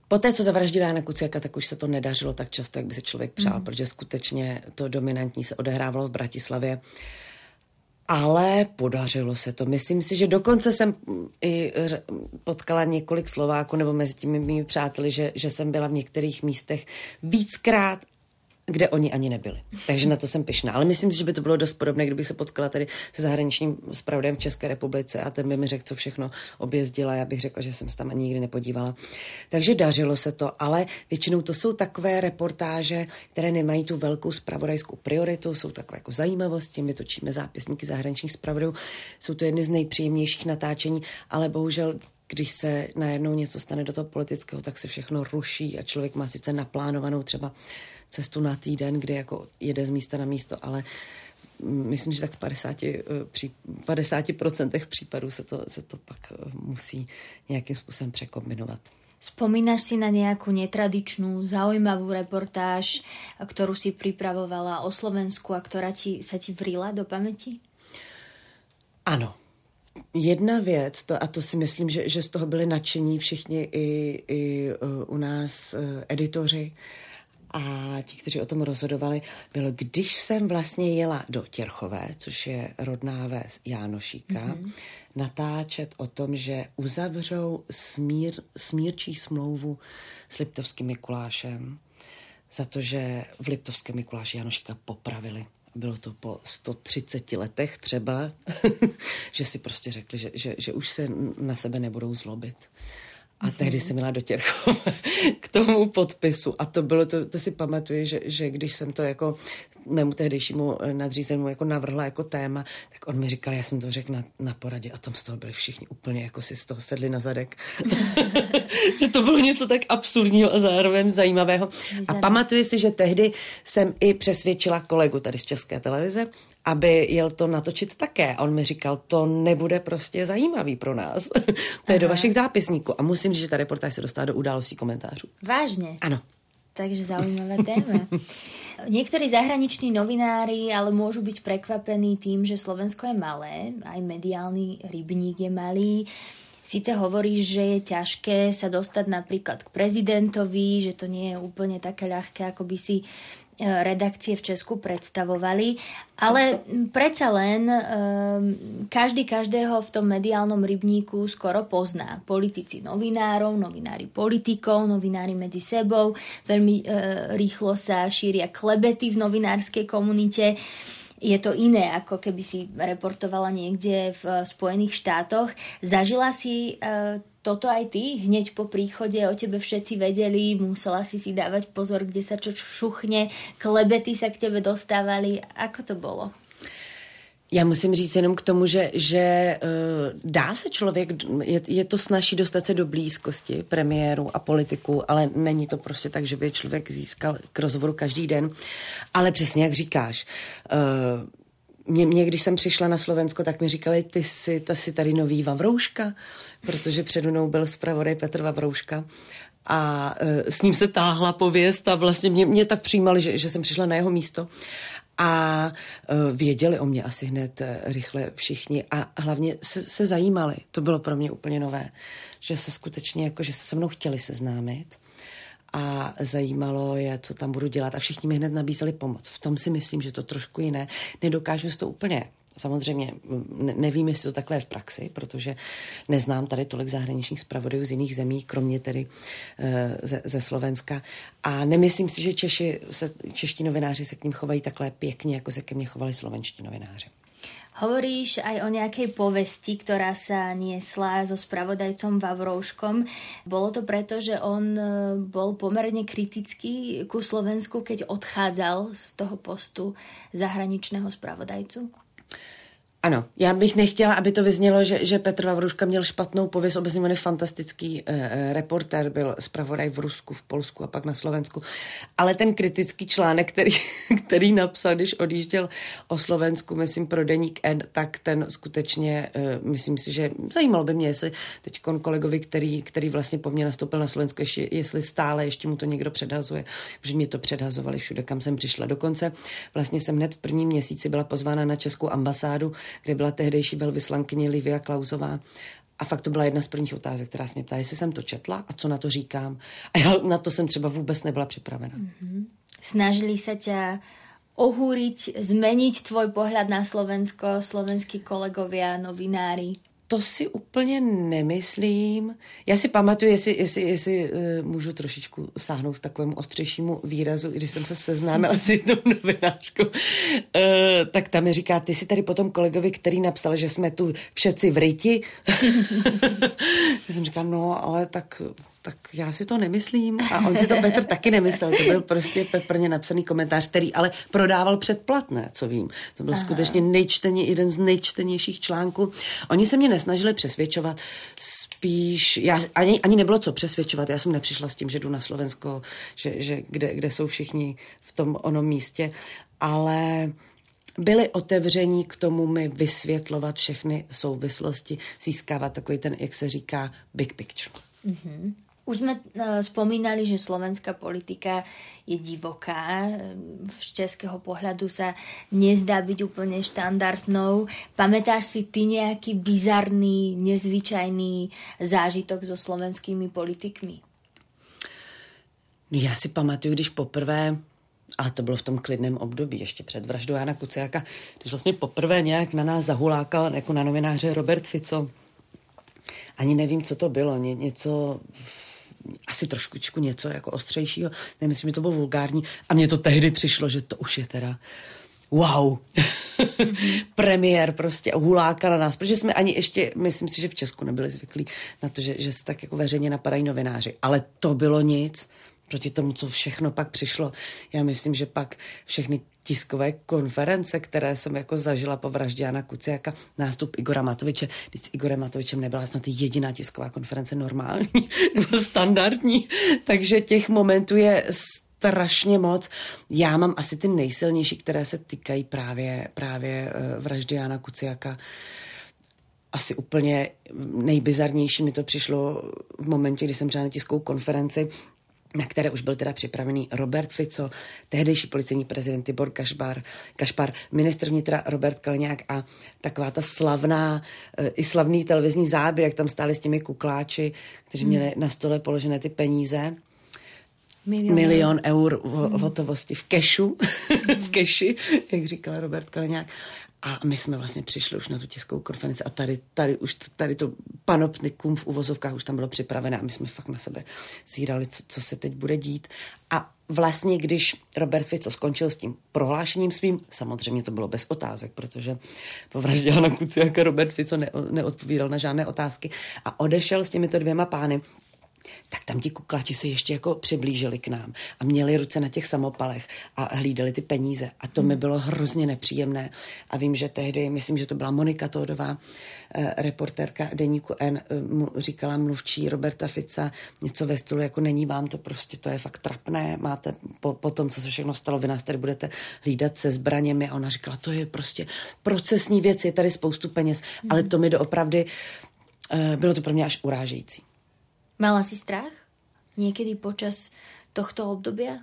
Poté, co zavraždila Jana Kuciaka, tak už se to nedařilo tak často, jak by si člověk přál, mm. protože skutečně to dominantní se odehrávalo v Bratislavě. Ale podařilo se to. Myslím si, že dokonce jsem i potkala několik Slováků nebo mezi těmi mými přáteli, že, že jsem byla v některých místech víckrát, kde oni ani nebyli. Takže na to jsem pyšná. Ale myslím si, že by to bylo dost podobné, kdybych se potkala tady se zahraničním zpravodajem v České republice a ten by mi řekl, co všechno objezdila. Já bych řekla, že jsem se tam ani nikdy nepodívala. Takže dařilo se to, ale většinou to jsou takové reportáže, které nemají tu velkou zpravodajskou prioritu, jsou takové jako zajímavosti, my točíme zápisníky zahraničních zpravodajů, jsou to jedny z nejpříjemnějších natáčení, ale bohužel když se najednou něco stane do toho politického, tak se všechno ruší a člověk má sice naplánovanou třeba cestu na týden, kde jako jede z místa na místo, ale myslím, že tak v padesáti procentech případů se to, se to pak musí nějakým způsobem překombinovat. Spomínaš si na nejakú netradičnú, zaujímavú reportáž, ktorú si pripravovala o Slovensku a ktorá ti, sa ti vrila do pamäti? Ano. Jedna věc, to, a to si myslím, že, že z toho byli nadšení všichni i, i u nás editoři a ti, kteří o tom rozhodovali, bylo, když jsem vlastně jela do Těrchové, což je rodná ves Jánošíka, mm-hmm. natáčet o tom, že uzavřou smír, smírčí smlouvu s Liptovským Mikulášem za to, že v Liptovském Mikuláši Jánošíka popravili. Bylo to po sto třiceti letech třeba, že si prostě řekli, že, že, že už se na sebe nebudou zlobit. A tehdy jsem měla do Těrchova k tomu podpisu. A to bylo, to, to si pamatuju, že, že když jsem to jako mému tehdejšímu nadřízenému jako navrhla jako téma, tak on mi říkal, já jsem to řekl na, na poradě a tam z toho byli všichni úplně jako si z toho sedli na zadek. Že to bylo něco tak absurdního a zároveň zajímavého. A pamatuju si, že tehdy jsem i přesvědčila kolegu tady z České televize, aby jel to natočit také. A on mi říkal, to nebude prostě zajímavý pro nás. To je Aha. do vašich zápisníků. A musím říct, že ta reportáž se dostala do událostí komentářů. Vážne? Ano. Takže zaujímavá téma. Niektorí zahraniční novinári ale môžu byť prekvapení tým, že Slovensko je malé, aj mediálny rybník je malý. Sice hovoríš, že je ťažké sa dostať napríklad k prezidentovi, že to nie je úplne také ľahké, ako by si redakcie v Česku predstavovali, ale predsa len um, každý každého v tom mediálnom rybníku skoro pozná. Politici novinárov, novinári politikov, novinári medzi sebou. Veľmi uh, rýchlo sa šíria klebety v novinárskej komunite. Je to iné, ako keby si reportovala niekde v Spojených štátoch. Zažila si uh, toto aj ty? Hneď po príchode o tebe všetci vedeli, musela si si dávať pozor, kde sa čo šuchne, klebety sa k tebe dostávali. Ako to bolo? Já musím říct jenom k tomu, že, že uh, dá se člověk, je, je to snazší dostat se do blízkosti premiérů a politiků, ale není to prostě tak, že by člověk získal k rozhovoru každý den. Ale přesně jak říkáš, uh, Mě, mě, když jsem přišla na Slovensko, tak mi říkali, ty jsi, ty jsi tady nový Vavrouška, protože přede mnou byl zpravodaj Petr Vavrouška a e, s ním se táhla pověst a vlastně mě, mě tak přijímali, že, že jsem přišla na jeho místo a e, věděli o mě asi hned e, rychle všichni a hlavně se, se zajímali. To bylo pro mě úplně nové, že se skutečně jako, že se se mnou chtěli seznámit. A zajímalo je, co tam budu dělat a všichni mi hned nabízeli pomoc. V tom si myslím, že to trošku jiné. Nedokážu si to úplně. Samozřejmě nevím, jestli to takhle je v praxi, protože neznám tady tolik zahraničních zpravodajů z jiných zemí, kromě tedy ze, ze Slovenska. A nemyslím si, že Češi se, čeští novináři se k ním chovají takhle pěkně, jako se ke mně chovali slovenští novináři. Hovoríš aj o nejakej povesti, ktorá sa niesla so spravodajcom Vavrouškom. Bolo to preto, že on bol pomerne kritický ku Slovensku, keď odchádzal z toho postu zahraničného spravodajcu? Ano, já bych nechtěla, aby to vyznělo, že, že Petr Vavrouška měl špatnou pověst. Obecně on je fantastický eh, reportér, byl zpravodaj v Rusku, v Polsku a pak na Slovensku. Ale ten kritický článek, který, který napsal, když odjížděl o Slovensku, myslím pro deník N, tak ten skutečně, eh, myslím si, že zajímalo by mě, jestli teď kolegovi, který, který vlastně po mně nastoupil na Slovensku, ještě, jestli stále ještě mu to někdo předhazuje, protože mě to předhazovali všude, kam jsem přišla. Dokonce vlastně jsem hned v prvním měsíci byla pozvána na českou ambasádu, kde byla tehdejší velvyslankyně Livia Klausová A fakt to byla jedna z prvních otázek, která se mě ptala, jestli jsem to četla a co na to říkám. A já na to jsem třeba vůbec nebyla připravena. Mm-hmm. Snažili sa ťa ohúriť, zmeniť tvoj pohľad na Slovensko, slovenskí kolegovia, novinári? To si úplně nemyslím. Já si pamatuju, jestli, jestli, jestli uh, můžu trošičku sáhnout k takovému ostřejšímu výrazu, když jsem se seznámila s jednou novinářkou, uh, tak tam mi říká, ty jsi tady potom kolegovi, který napsal, že jsme tu všetci v ryti. Já jsem říkala, no, ale tak... tak já si to nemyslím. A on si to Petr taky nemyslel. To byl prostě peprně napsaný komentář, který ale prodával předplatné, co vím. To byl Aha. skutečně nejčteně, jeden z nejčtenějších článků. Oni se mě nesnažili přesvědčovat, spíš, já, ani, ani nebylo co přesvědčovat. Já jsem nepřišla s tím, že jdu na Slovensko, že, že kde, kde jsou všichni v tom onom místě, ale byli otevření k tomu mi vysvětlovat všechny souvislosti, získávat takový ten, jak se říká, big picture. Mm-hmm. Už sme uh, spomínali, že slovenská politika je divoká. Z českého pohľadu sa nezdá byť úplne štandardnou. Pamätáš si ty nejaký bizarný, nezvyčajný zážitok so slovenskými politikmi? No já si pamatuju, když poprvé, ale to bylo v tom klidném období, ještě před vraždou Jana Kuciaka, když vlastně poprvé nějak na nás zahulákal jako na novináře Robert Fico. Ani nevím, co to bylo, Ně, něco, asi trošku něco jako ostřejšího, nemyslím, že to bylo vulgární a mně to tehdy přišlo, že to už je teda wow, mm-hmm. premiér prostě huláka na nás, protože jsme ani ještě, myslím si, že v Česku nebyli zvyklí na to, že, že se tak jako veřejně napadají novináři, ale to bylo nic proti tomu, co všechno pak přišlo. Já myslím, že pak všechny tiskové konference, které jsem jako zažila po vraždě Jana Kuciaka, nástup Igora Matoviče, když s Igorem Matovičem nebyla snad jediná tisková konference normální nebo standardní, takže těch momentů je strašně moc. Já mám asi ty nejsilnější, které se týkají právě, právě vraždy Jana Kuciaka. Asi úplně nejbizarnější mi to přišlo v momentě, kdy jsem přijela na tiskovou konferenci, na které už byl teda připravený Robert Fico, tehdejší policejní prezident Tibor Kašpar, Kašpar, ministr vnitra Robert Kaliňák a taková ta slavná, i slavný televizní záběr, jak tam stáli s těmi kukláči, kteří hmm. měli na stole položené ty peníze. Milion, Milion eur v hotovosti v kešu, v keši, jak říkal Robert Kaliňák. A my jsme vlastně přišli už na tu tiskovou konferenci a tady, tady už tady to panoptikum v uvozovkách už tam bylo připravené a my jsme fakt na sebe zírali, co, co se teď bude dít. A vlastně, když Robert Fico skončil s tím prohlášením svým, samozřejmě to bylo bez otázek, protože po vraždě Jana Kuciaka Robert Fico ne, neodpovídal na žádné otázky a odešel s těmito dvěma pány, tak tam ti kuklači se ještě jako přiblížili k nám a měli ruce na těch samopalech a hlídali ty peníze a to mi bylo hrozně nepříjemné a vím, že tehdy, myslím, že to byla Monika Tódová, eh, reportérka deníku N, eh, mu říkala mluvčí Roberta Fica něco ve stylu, jako není vám to prostě, to je fakt trapné, máte po, po tom, co se všechno stalo, vy nás tady budete hlídat se zbraněmi a ona říkala, to je prostě procesní věc, je tady spoustu peněz, mm. ale to mi doopravdy, eh, bylo to pro mě až urážející. Mala si strach niekedy počas tohto obdobia?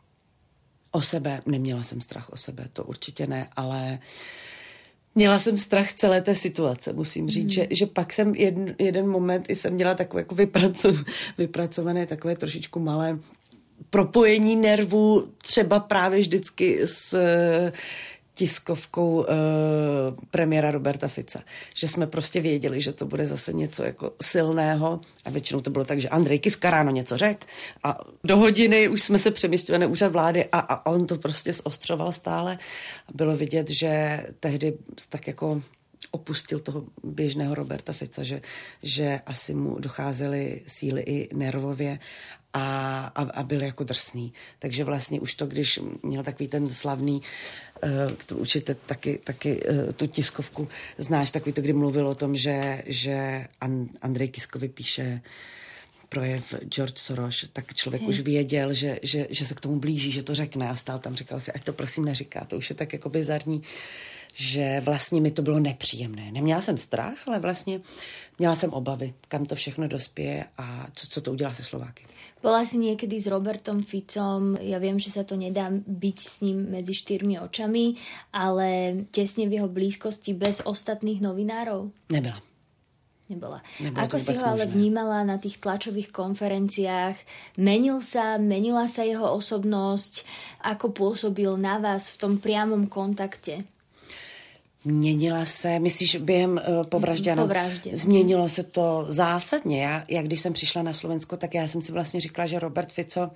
O sebe, neměla jsem strach o sebe, to určitě ne, ale měla jsem strach z celé té situace, musím říct, mm. že, že pak jsem jeden, jeden moment i jsem měla takové jako vypraco, vypracované takové trošičku malé propojení nervů, třeba právě vždycky s tiskovkou uh, premiéra Roberta Fica. Že jsme prostě věděli, že to bude zase něco jako silného a většinou to bylo tak, že Andrej Kiska ráno něco řekl a do hodiny už jsme se přemístili na úřad vlády a, a on to prostě zostřoval stále. A bylo vidět, že tehdy tak jako opustil toho běžného Roberta Fica, že, že asi mu docházely síly i nervově a, a, a byl jako drsný. Takže vlastně už to, když měl takový ten slavný, uh, to určitě taky, taky uh, tu tiskovku znáš, takový to, kdy mluvil o tom, že, že Andrej Kiskovi píše projev George Soros, tak člověk hmm. už věděl, že, že, že se k tomu blíží, že to řekne a stál tam, říkal si, ať to prosím neříká, to už je tak jako bizarní, že vlastně mi to bylo nepříjemné. Neměla jsem strach, ale vlastně měla jsem obavy, kam to všechno dospěje a co, co to udělá se Slováky. Bola si niekedy s Robertom Ficom, ja viem, že sa to nedá byť s ním medzi štyrmi očami, ale tesne v jeho blízkosti bez ostatných novinárov? Nebyla. Nebola. Nebolo Ako si ho ale možné. vnímala na tých tlačových konferenciách? Menil sa, menila sa jeho osobnosť? Ako pôsobil na vás v tom priamom kontakte? Měnila se, myslíš během uh, po vraždě? Po vraždě. Změnilo se to zásadně. Já, já když jsem přišla na Slovensko, tak já jsem si vlastně říkala, že Robert Fico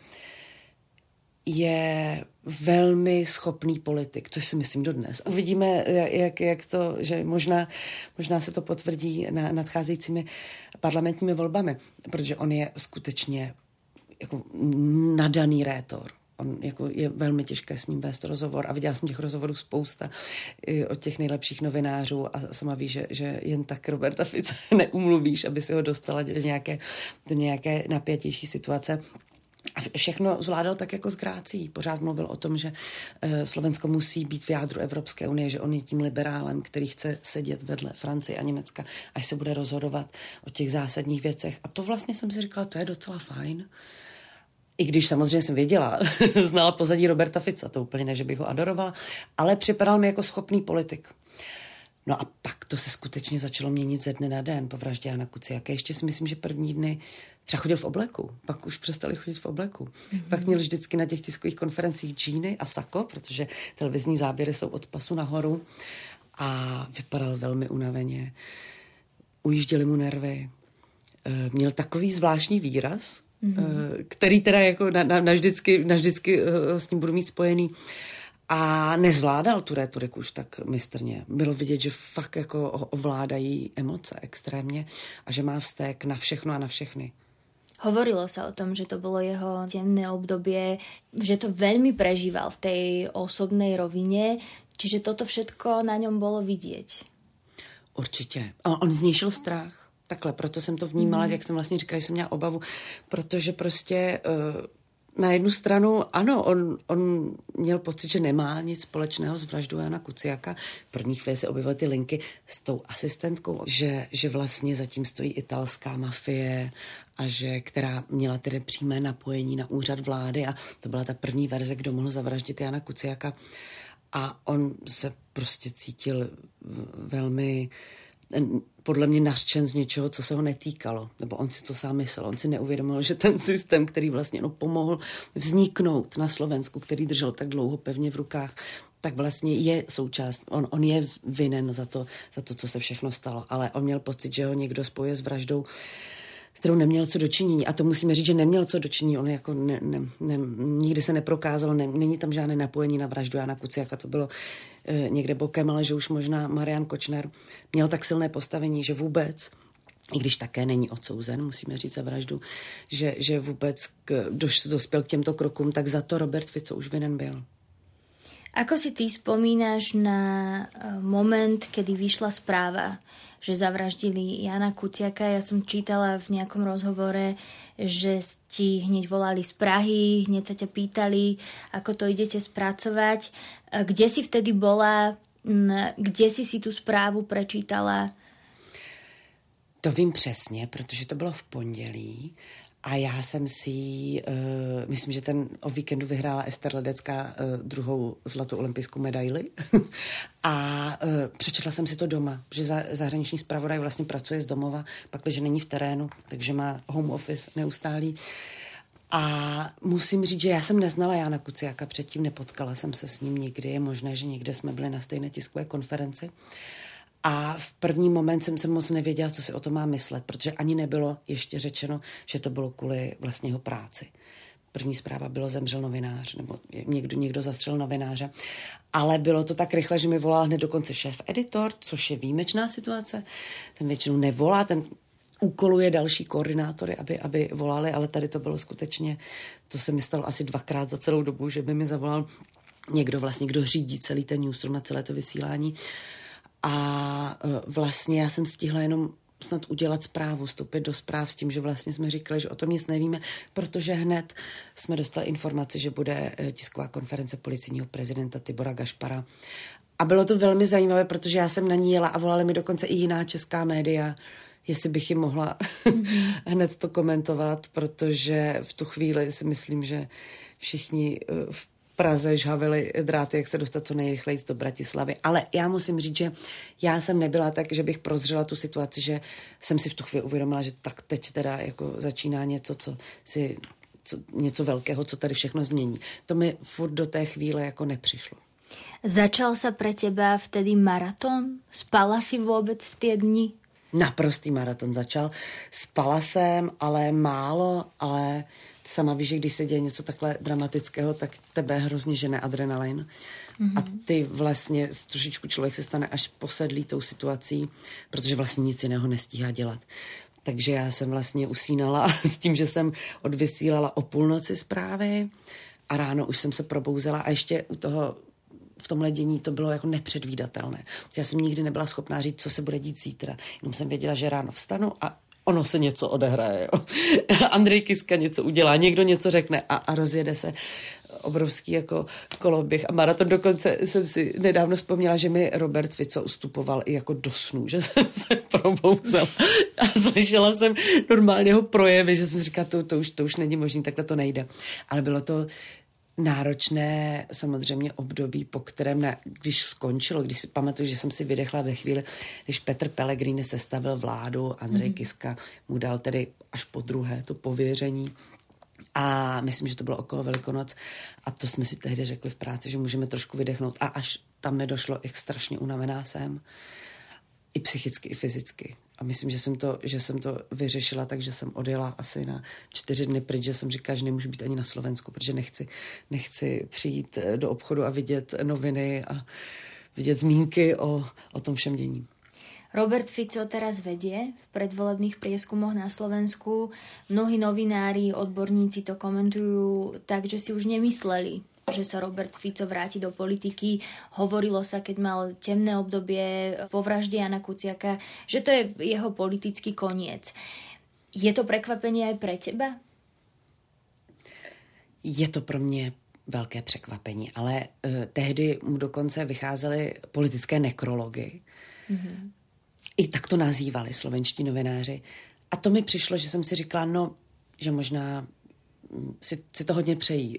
je velmi schopný politik, což si myslím dodnes. Uvidíme, jak, jak to, že možná, možná se to potvrdí na nadcházejícími parlamentními volbami, protože on je skutečně jako nadaný rétor. On jako je velmi těžké s ním vést rozhovor a viděla jsem těch rozhovorů spousta od těch nejlepších novinářů a sama víš, že, že jen tak Roberta Fica neumluvíš, aby si ho dostala do nějaké, do nějaké napětější situace. A všechno zvládal tak jako s grácí. Pořád mluvil o tom, že Slovensko musí být v jádru Evropské unie, že on je tím liberálem, který chce sedět vedle Francie a Německa, až se bude rozhodovat o těch zásadních věcech. A to vlastně jsem si říkala, to je docela fajn. I když samozřejmě jsem věděla, znala pozadí Roberta Fica, to úplně ne, že bych ho adorovala, ale připadal mi jako schopný politik. No a pak to se skutečně začalo měnit ze dne na den po vraždě Jana Kuciaka. Ještě si myslím, že první dny třeba chodil v obleku, pak už přestali chodit v obleku. Mm-hmm. Pak měl vždycky na těch tiskových konferencích džíny a sako, protože televizní záběry jsou od pasu nahoru a vypadal velmi unaveně. Ujížděly mu nervy. Měl takový zvláštní výraz, mm-hmm. který teda jako na, na, navždycky, navždycky s ním budu mít spojený. A nezvládal tu rétoriku už tak mistrně. Bylo vidět, že fakt jako ovládají emoce extrémně a že má vztek na všechno a na všechny. Hovorilo sa o tom, že to bolo jeho temné obdobie, že to veľmi prežíval v tej osobnej rovine, čiže toto všetko na ňom bolo vidieť. Určitě. A on znišil strach. Takhle, proto jsem to vnímala, mm. jak jsem vlastně říkala, že jsem měla obavu, protože prostě uh, na jednu stranu, ano, on, on měl pocit, že nemá nic společného s vraždou Jana Kuciaka. V první chvíli se objevily ty linky s tou asistentkou, že, že vlastně zatím stojí italská mafie a že, která měla tedy přímé napojení na úřad vlády a to byla ta první verze, kdo mohl zavraždit Jana Kuciaka. A on se prostě cítil velmi podle mě nařčen z něčeho, co se ho netýkalo. Nebo on si to sám myslel. On si neuvědomil, že ten systém, který vlastně no, pomohl vzniknout na Slovensku, který držel tak dlouho pevně v rukách, tak vlastně je součást. On, on je vinen za to, za to, co se všechno stalo. Ale on měl pocit, že ho někdo spojuje s vraždou, s kterou neměl co dočinění. A to musíme říct, že neměl co dočinění. On jako ne, ne, ne, nikdy se neprokázal, ne, není tam žádné napojení na vraždu Jana Kuciaka. To bylo e, někde bokem, ale že už možná Marian Kočner měl tak silné postavení, že vůbec, i když také není odsouzen, musíme říct za vraždu, že, že vůbec k, doš, dospěl k těmto krokům, tak za to Robert Fico už vinen byl. Ako si ty spomínaš na moment, kedy vyšla správa, že zavraždili Jana Kuciaka? Ja som čítala v nejakom rozhovore, že ti hneď volali z Prahy, hneď sa ťa pýtali, ako to idete spracovať. Kde si vtedy bola? Kde si si tú správu prečítala? To vím přesně, protože to bylo v pondělí. A já jsem si, uh, myslím, že ten o víkendu vyhrála Ester Ledecká uh, druhou zlatou olympijskou medaili. A uh, přečetla jsem si to doma, že za, zahraniční zpravodaj vlastně pracuje z domova, pakliže není v terénu, takže má home office neustálý. A musím říct, že já jsem neznala Jana Kuciaka předtím, nepotkala jsem se s ním nikdy. Je možné, že někde jsme byli na stejné tiskové konferenci. A v první moment jsem se moc nevěděla, co si o tom má myslet, protože ani nebylo ještě řečeno, že to bylo kvůli vlastně jeho práci. První zpráva bylo zemřel novinář, nebo někdo, někdo zastřelil novináře. Ale bylo to tak rychle, že mi volal hned dokonce šéf-editor, což je výjimečná situace. Ten většinou nevolá, ten úkoluje další koordinátory, aby, aby volali, ale tady to bylo skutečně, to se mi stalo asi dvakrát za celou dobu, že by mi zavolal někdo vlastně, kdo řídí celý ten newsroom a celé to vysílání. A vlastně já jsem stihla jenom snad udělat zprávu, vstoupit do zpráv s tím, že vlastně jsme říkali, že o tom nic nevíme, protože hned jsme dostali informaci, že bude tisková konference policejního prezidenta Tibora Gašpara. A bylo to velmi zajímavé, protože já jsem na ní jela a volali mi dokonce i jiná česká média, jestli bych jim mohla mm-hmm. hned to komentovat, protože v tu chvíli si myslím, že všichni v Praze žhavili dráty, jak se dostat co nejrychleji do Bratislavy. Ale já musím říct, že já jsem nebyla tak, že bych prozřela tu situaci, že jsem si v tu chvíli uvědomila, že tak teď teda jako začíná něco, co si, co, něco velkého, co tady všechno změní. To mi furt do té chvíle jako nepřišlo. Začal sa pre teba vtedy maratón? Spala si vôbec v tie dni? Naprostý maraton začal. Spala jsem, ale málo, ale sama víš, že když se děje něco takhle dramatického, tak tebe hrozně žene adrenalin. Mm-hmm. A ty vlastně, trošičku člověk se stane až posedlý tou situací, protože vlastně nic jiného nestíhá dělat. Takže já jsem vlastně usínala s tím, že jsem odvysílala o půlnoci zprávy a ráno už jsem se probouzela a ještě u toho v tomhle dění to bylo jako nepředvídatelné. Já jsem nikdy nebyla schopná říct, co se bude dít zítra. Jenom jsem věděla, že ráno vstanu a ono se něco odehraje. Jo. Andrej Kiska něco udělá, někdo něco řekne a, a rozjede se obrovský jako koloběh a maraton. Dokonce jsem si nedávno vzpomněla, že mi Robert Fico ustupoval i jako do snů, že jsem se probouzela a slyšela jsem normálně jeho projevy, že jsem si říkala, to, to, už, to už není možný, takhle to nejde. Ale bylo to náročné samozřejmě období, po kterém, ne, když skončilo, když si pamatuju, že jsem si vydechla ve chvíli, když Petr Pellegrini sestavil vládu, Andrej mm. Kiska mu dal tedy až po druhé to pověření a myslím, že to bylo okolo Velikonoc a to jsme si tehdy řekli v práci, že můžeme trošku vydechnout a až tam mi došlo, jak strašně unavená jsem, i psychicky, i fyzicky. A myslím, že jsem to, že jsem to vyřešila, takže jsem odjela asi na čtyři dny pryč, že jsem říkala, že nemůžu být ani na Slovensku, protože nechci, nechci přijít do obchodu a vidět noviny a vidět zmínky o, o tom všem dění. Robert Fico teraz vedie v predvolebných prieskumoch na Slovensku. Mnohí novinári, odborníci to komentujú tak, že si už nemysleli, že sa Robert Fico vráti do politiky. Hovorilo sa, keď mal temné obdobie po vražde Jana Kuciaka, že to je jeho politický koniec. Je to prekvapenie aj pre teba? Je to pro mě velké překvapení, ale uh, tehdy mu dokonce vycházely politické nekrology. Mm-hmm. I tak to nazývali slovenští novináři. A to mi přišlo, že jsem si říkala, no, že možná si, si to hodně přejí.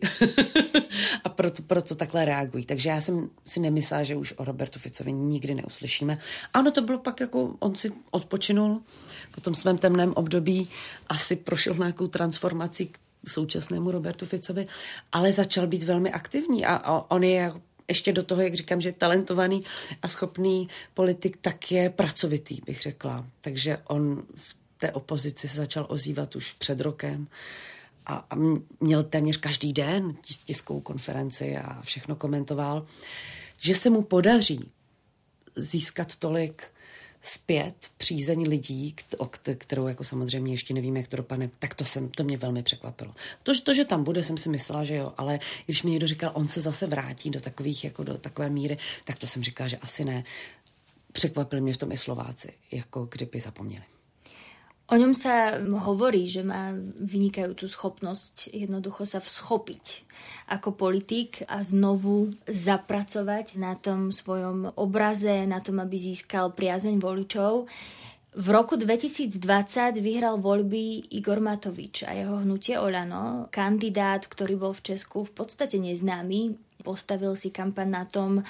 A proto, proto takhle reagují. Takže já jsem si nemyslela, že už o Robertu Ficovi nikdy neuslyšíme. Ano, to bylo pak jako, on si odpočinul po tom svém temném období, asi prošel nějakou transformací k současnému Robertu Ficovi, ale začal být velmi aktivní a, a on je ještě do toho, jak říkám, že je talentovaný a schopný politik, tak je pracovitý, bych řekla. Takže on v té opozici se začal ozývat už před rokem a, a měl téměř každý den tiskovou konferenci a všechno komentoval, že se mu podaří získat tolik zpět přízeň lidí, kterou jako samozřejmě ještě nevím, jak to dopadne, tak to, jsem, to mě velmi překvapilo. To, to, že tam bude, jsem si myslela, že jo, ale když mi někdo říkal, on se zase vrátí do takových, jako do takové míry, tak to jsem říkala, že asi ne. Překvapili mě v tom i Slováci, jako kdyby zapomněli. O ňom sa hovorí, že má vynikajúcu schopnosť jednoducho sa всchopiť ako politik a znovu zapracovať na tom svojom obraze, na tom, aby získal priazeň voličov. V roku dvetisícdvadsať vyhral voľby Igor Matovič a jeho hnutie Oľano, kandidát, ktorý bol v Česku v podstate neznámy. Postavil si kampaň na tom,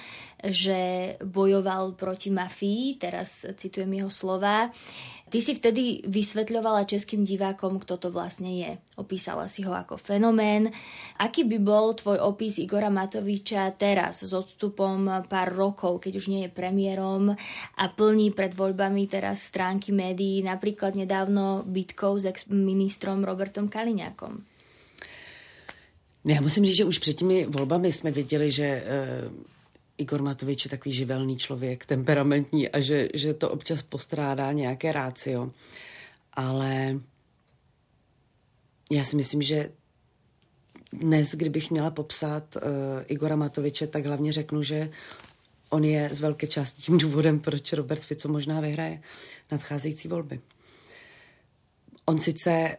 že bojoval proti mafii, teraz citujem jeho slová. Ty si vtedy vysvetľovala českým divákom, kto to vlastne je. Opísala si ho ako fenomén. Aký by bol tvoj opis Igora Matoviča teraz s odstupom pár rokov, keď už nie je premiérom a plní pred voľbami teraz stránky médií, napríklad nedávno bitkou s ex-ministrom Robertom Kaliňákom? Já musím říct, že už před těmi volbami jsme viděli, že e, Igor Matovič je takový živelný člověk, temperamentní a že, že to občas postrádá nějaké rácio. Ale já si myslím, že dnes, kdybych měla popsat e, Igora Matoviče, tak hlavně řeknu, že on je z velké části tím důvodem, proč Robert Fico možná vyhraje nadcházející volby. On sice e,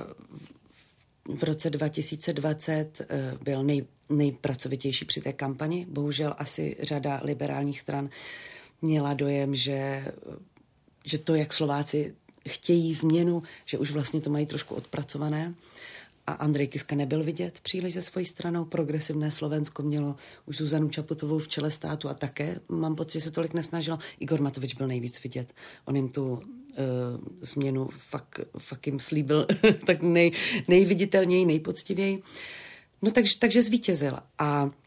v roce dva tisíce dvacet byl nej, nejpracovitější při té kampani. Bohužel asi řada liberálních stran měla dojem, že, že to, jak Slováci chtějí změnu, že už vlastně to mají trošku odpracované. a Andrej Kiska nebyl vidět příliš ze svojí stranou. Progresivné Slovensko mělo už Zuzanu Čaputovou v čele státu a také, mám pocit, že se tolik nesnažilo. Igor Matovič byl nejvíc vidět. On jim tu uh, změnu fakt, fakt jim slíbil tak nej, nejviditelněji, nejpoctivěji. No takže, takže zvítězil. A uh,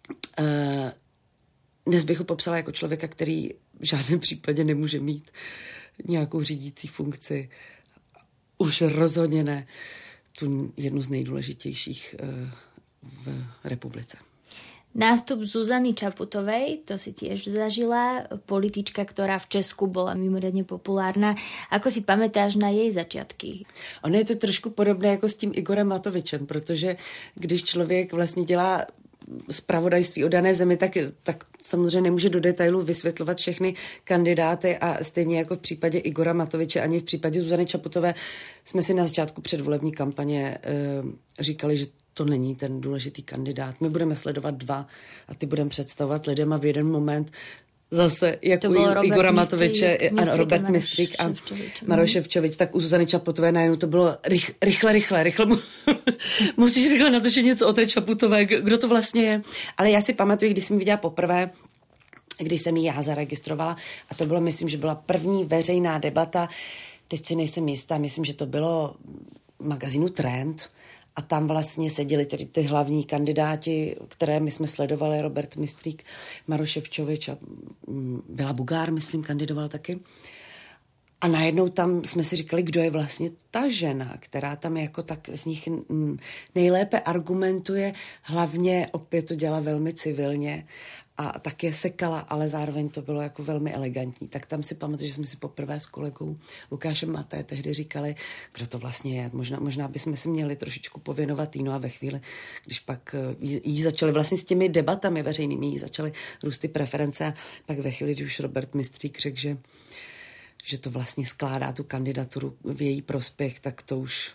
dnes bych ho popsala jako člověka, který v žádném případě nemůže mít nějakou řídící funkci. Už rozhodně ne tu jednu z nejdůležitějších uh, v republice. Nástup Zuzany Čaputovej, to si tiež zažila, politička, ktorá v Česku bola mimoriadne populárna. Ako si pamätáš na jej začiatky? Ono je to trošku podobné jako s tím Igorem Matovičem, protože když člověk vlastně dělá zpravodajství o dané zemi, tak, tak samozřejmě nemůže do detailů vysvětlovat všechny kandidáty a stejně jako v případě Igora Matoviče ani v případě Zuzany Čaputové jsme si na začátku předvolební kampaně e, říkali, že to není ten důležitý kandidát. My budeme sledovat dva a ty budeme představovat lidem a v jeden moment zase, jak u Igora Matoviče, ano, Robert Mistrík a Maroš Ševčovič, tak u Zuzany Čaputové najednou to bylo rych, rychle, rychle, rychle. Musíš rychle natočit něco o té Čaputové, kdo to vlastně je. Ale já si pamatuju, když jsem ji viděla poprvé, když jsem ji já zaregistrovala, a to bylo, myslím, že byla první veřejná debata, teď si nejsem jistá, myslím, že to bylo v magazínu Trend, a tam vlastně seděli tedy ty hlavní kandidáti, které my jsme sledovali, Robert Mistrík, Maroš Ševčovič a Béla Bugár, myslím, kandidoval taky. A najednou tam jsme si říkali, kdo je vlastně ta žena, která tam jako tak z nich nejlépe argumentuje, hlavně opět to dělala velmi civilně a tak je sekala, ale zároveň to bylo jako velmi elegantní. Tak tam si pamatuju, že jsme si poprvé s kolegou Lukášem Maté tehdy říkali, kdo to vlastně je. Možná, možná bychom si měli trošičku pověnovat jí. No a ve chvíli, když pak jí, jí začaly vlastně s těmi debatami veřejnými, jí začaly růst ty preference a pak ve chvíli, když už Robert Mistrík řekl, že, že to vlastně skládá tu kandidaturu v její prospěch, tak to už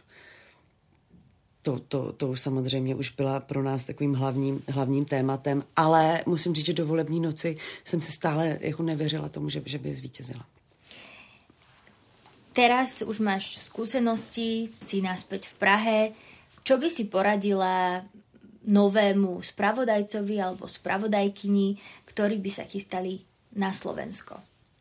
To, to, to už samozřejmě už byla pro nás takovým hlavním, hlavním tématem, ale musím říct, že do volební noci jsem si stále jako nevěřila tomu, že, že by zvítězila. Teraz už máš skúsenosti, si naspäť v Prahe. Čo by si poradila novému spravodajcovi alebo spravodajkyni, ktorí by sa chystali na Slovensko?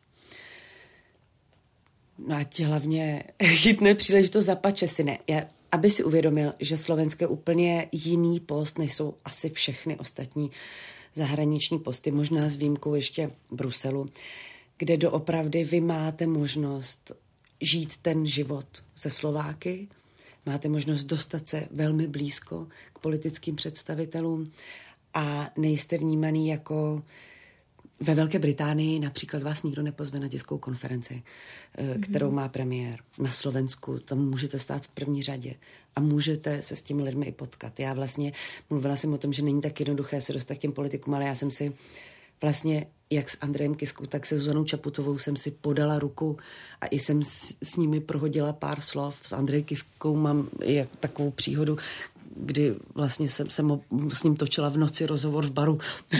No ať hlavně chytne příležitost zapače si ne. Já aby si uvědomil, že Slovensko je úplně jiný post, než jsou asi všechny ostatní zahraniční posty, možná s výjimkou ještě Bruselu, kde doopravdy vy máte možnost žít ten život se Slováky, máte možnost dostat se velmi blízko k politickým představitelům a nejste vnímaný jako ve Velké Británii například vás nikdo nepozve na tiskovou konferenci, kterou má premiér. Na Slovensku tam můžete stát v první řadě a můžete se s těmi lidmi i potkat. Já vlastně mluvila jsem o tom, že není tak jednoduché se dostat k těm politikům, ale já jsem si vlastně jak s Andrejem Kiskou, tak se Zuzanou Čaputovou jsem si podala ruku a i jsem s, s nimi prohodila pár slov. S Andrejem Kiskou mám jak takovou příhodu, kdy vlastně jsem, jsem s ním točila v noci rozhovor v baru.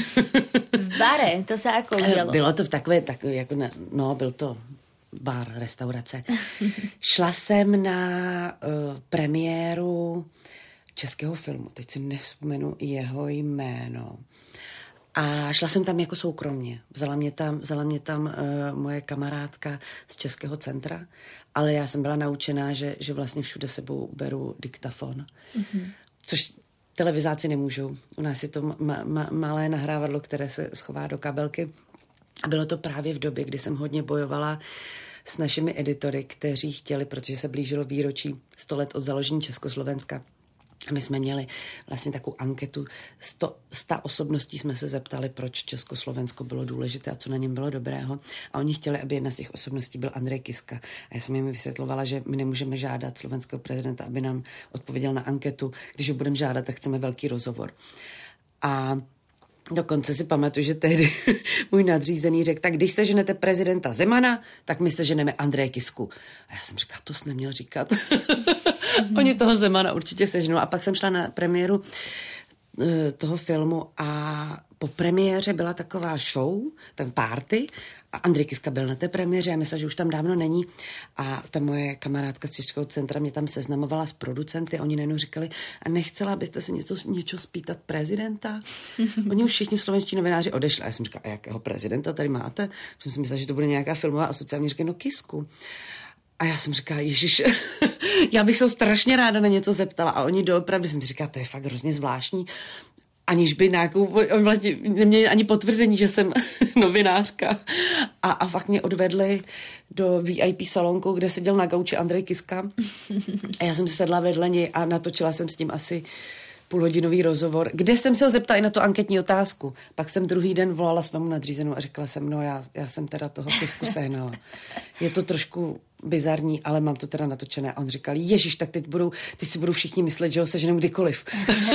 V bare? To se jako udělo? Bylo to v takové, takové jako ne, no, byl to bar, restaurace. Šla jsem na uh, premiéru českého filmu, teď si nevzpomenu jeho jméno. A šla jsem tam jako soukromně. Vzala mě tam, vzala mě tam uh, moje kamarádka z Českého centra, ale já jsem byla naučená, že, že vlastně všude sebou beru diktafon. Mm-hmm. Což televizáci nemůžou. U nás je to ma- ma- malé nahrávadlo, které se schová do kabelky. A bylo to právě v době, kdy jsem hodně bojovala s našimi editory, kteří chtěli, protože se blížilo výročí sto let od založení Československa. A my jsme měli vlastně takovou anketu. sto, sto osobností jsme se zeptali, proč Československo bylo důležité a co na něm bylo dobrého. A oni chtěli, aby jedna z těch osobností byl Andrej Kiska. A já jsem jim vysvětlovala, že my nemůžeme žádat slovenského prezidenta, aby nám odpověděl na anketu. Když ho budeme žádat, tak chceme velký rozhovor. A dokonce si pamatuju, že tehdy můj nadřízený řekl, tak když seženete prezidenta Zemana, tak my seženeme Andreje Kisku. A já jsem říkala, to jsi neměl říkat. Mm-hmm. Oni toho Zemana určitě seženou. A pak jsem šla na premiéru uh, toho filmu a po premiéře byla taková show, ten party, a Andrej Kiska byl na té premiéře, já myslím, že už tam dávno není. A ta moje kamarádka z Českého centra mě tam seznamovala s producenty, oni najednou říkali, a nechcela byste se něco, něco spýtat prezidenta? Oni už všichni slovenští novináři odešli. A já jsem říkala, a jakého prezidenta tady máte? Jsem si myslela, že to bude nějaká filmová asociace. Oni říkali, no Kisku. A já jsem říkala, ježiš, já bych se strašně ráda na něco zeptala. A oni doopravdy jsem si říkala, to je fakt hrozně zvláštní. Aniž by nějakou, vlastně neměli ani potvrzení, že jsem novinářka. A, a fakt mě odvedli do V I P salonku, kde seděl na gauči Andrej Kiska. A já jsem se sedla vedle něj a natočila jsem s tím asi půlhodinový rozhovor, kde jsem se ho zeptala i na tu anketní otázku. Pak jsem druhý den volala svému nadřízenou a řekla jsem, no já, já jsem teda toho Kisku sehnala. Je to trošku bizarní, ale mám to teda natočené. A on říkal, ježiš, tak teď budou, ty si budou všichni myslet, že ho seženou kdykoliv.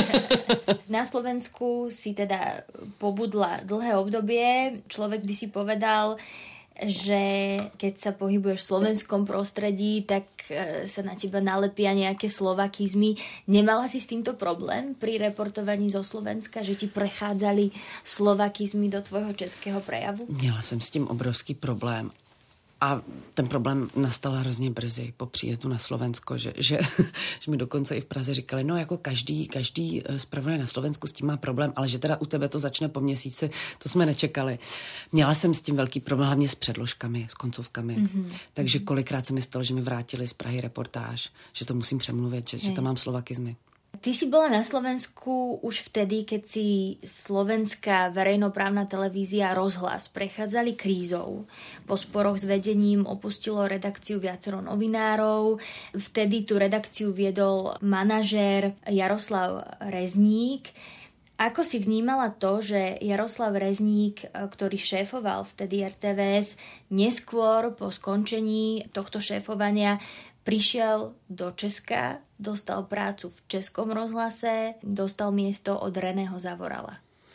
Na Slovensku si teda pobudla dlhé obdobie. Človek by si povedal, že keď sa pohybuješ v slovenskom prostredí, tak sa na teba nalepia nejaké slovakizmy. Nemala si s týmto problém pri reportovaní zo Slovenska, že ti prechádzali slovakizmy do tvojho českého prejavu? Měla jsem s tím obrovský problém. A ten problém nastal hrozně brzy po příjezdu na Slovensko, že, že, že mi dokonce i v Praze říkali, no jako každý, každý zpravodaj na Slovensku s tím má problém, ale že teda u tebe to začne po měsíci, to jsme nečekali. Měla jsem s tím velký problém, hlavně s předložkami, s koncovkami. Mm-hmm. Takže kolikrát se mi stalo, že mi vrátili z Prahy reportáž, že to musím přemluvit, že, že tam mám slovakizmy. Ty si bola na Slovensku už vtedy, keď si slovenská verejnoprávna televízia Rozhlas prechádzali krízou. Po sporoch s vedením opustilo redakciu viacero novinárov. Vtedy tú redakciu viedol manažér Jaroslav Rezník. Ako si vnímala to, že Jaroslav Rezník, ktorý šéfoval vtedy er té vé es, neskôr po skončení tohto šéfovania prišiel do Česka, dostal prácu v Českom rozhlase, dostal miesto od Reného Zavorala.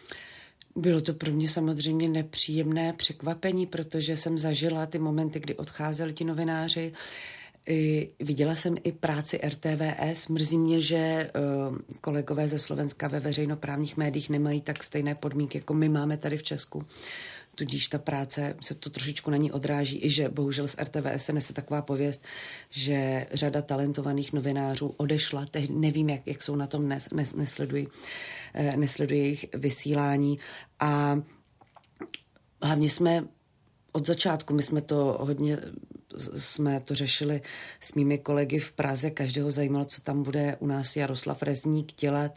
Bylo to pro mě samozřejmě nepříjemné překvapení, protože jsem zažila ty momenty, kdy odcházeli ti novináři. I, viděla jsem i práci er té vé es. Mrzí mě, že uh, kolegové ze Slovenska ve veřejnoprávních médiích nemají tak stejné podmínky, jako my máme tady v Česku. Tudíž ta práce se to trošičku na ní odráží, i že bohužel z er té vé es se nese taková pověst, že řada talentovaných novinářů odešla, teď nevím, jak, jak jsou na tom, nes, nes, nesleduji, eh, nesleduji jejich vysílání. A hlavně jsme od začátku, my jsme to hodně, jsme to řešili s mými kolegy v Praze, každého zajímalo, co tam bude u nás Jaroslav Rezník dělat.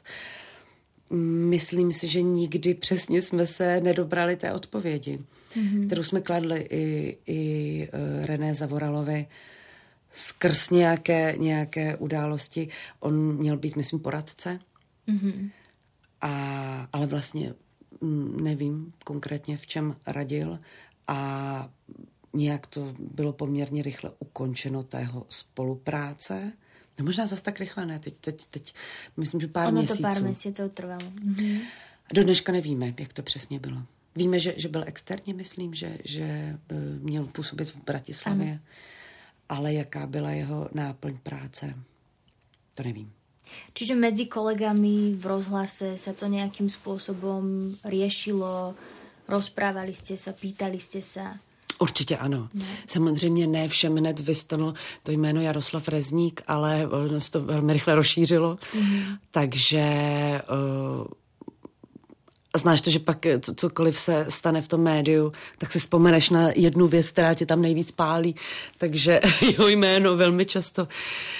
Myslím si, že nikdy přesně jsme se nedobrali té odpovědi, mm-hmm. kterou jsme kladli i, i René Zavoralovi skrz nějaké, nějaké události. On měl být, myslím, poradce, mm-hmm. a, ale vlastně nevím konkrétně, v čem radil, a nějak to bylo poměrně rychle ukončeno, tého spolupráce. No možná zase tak rychle ne, teď, teď, teď myslím, že pár ono měsíců. Ono to pár měsíců trvalo. Mhm. Do dneška nevíme, jak to přesně bylo. Víme, že, že byl externě, myslím, že, že měl působit v Bratislavě, ano. Ale jaká byla jeho náplň práce, to nevím. Čiže medzi kolegami v rozhlase sa to nejakým spôsobom riešilo, rozprávali ste sa, pýtali ste sa? Určitě ano. Ne. Samozřejmě ne všem hned vystalo to jméno Jaroslav Rezník, ale ono se to velmi rychle rozšířilo. Mm. Takže uh, znáš to, že pak co, cokoliv se stane v tom médiu, tak si vzpomeneš na jednu věc, která tě tam nejvíc pálí. Takže jeho jméno velmi často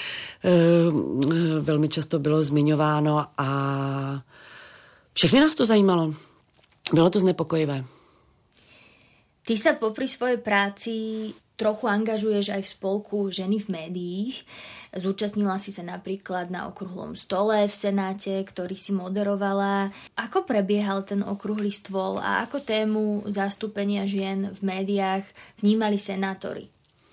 uh, velmi často bylo zmiňováno a všechny nás to zajímalo. Bylo to znepokojivé. Ty sa popri svojej práci trochu angažuješ aj v spolku Ženy v médiích. Zúčastnila si sa napríklad na okrúhlom stole v Senáte, ktorý si moderovala. Ako prebiehal ten okrúhly stôl a ako tému zastúpenia žien v médiách vnímali senátori?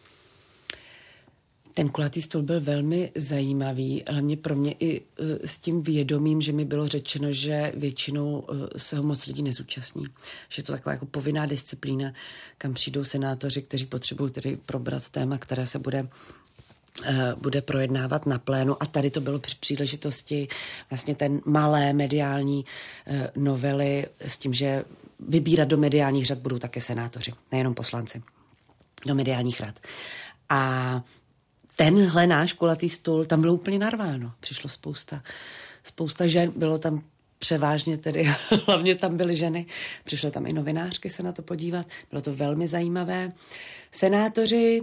Ten kulatý stůl byl velmi zajímavý, hlavně pro mě i s tím vědomím, že mi bylo řečeno, že většinou se ho moc lidí nezúčastní. Že je to taková jako povinná disciplína, kam přijdou senátoři, kteří potřebují tedy probrat téma, které se bude bude projednávat na plénu a tady to bylo při příležitosti vlastně ten malé mediální novely s tím, že vybírat do mediálních řad budou také senátoři, nejenom poslanci, do mediálních rad. A tenhle náš kulatý stůl, tam bylo úplně narváno. Přišlo spousta, spousta žen, bylo tam převážně tedy, hlavně tam byly ženy, přišly tam i novinářky se na to podívat, bylo to velmi zajímavé. Senátoři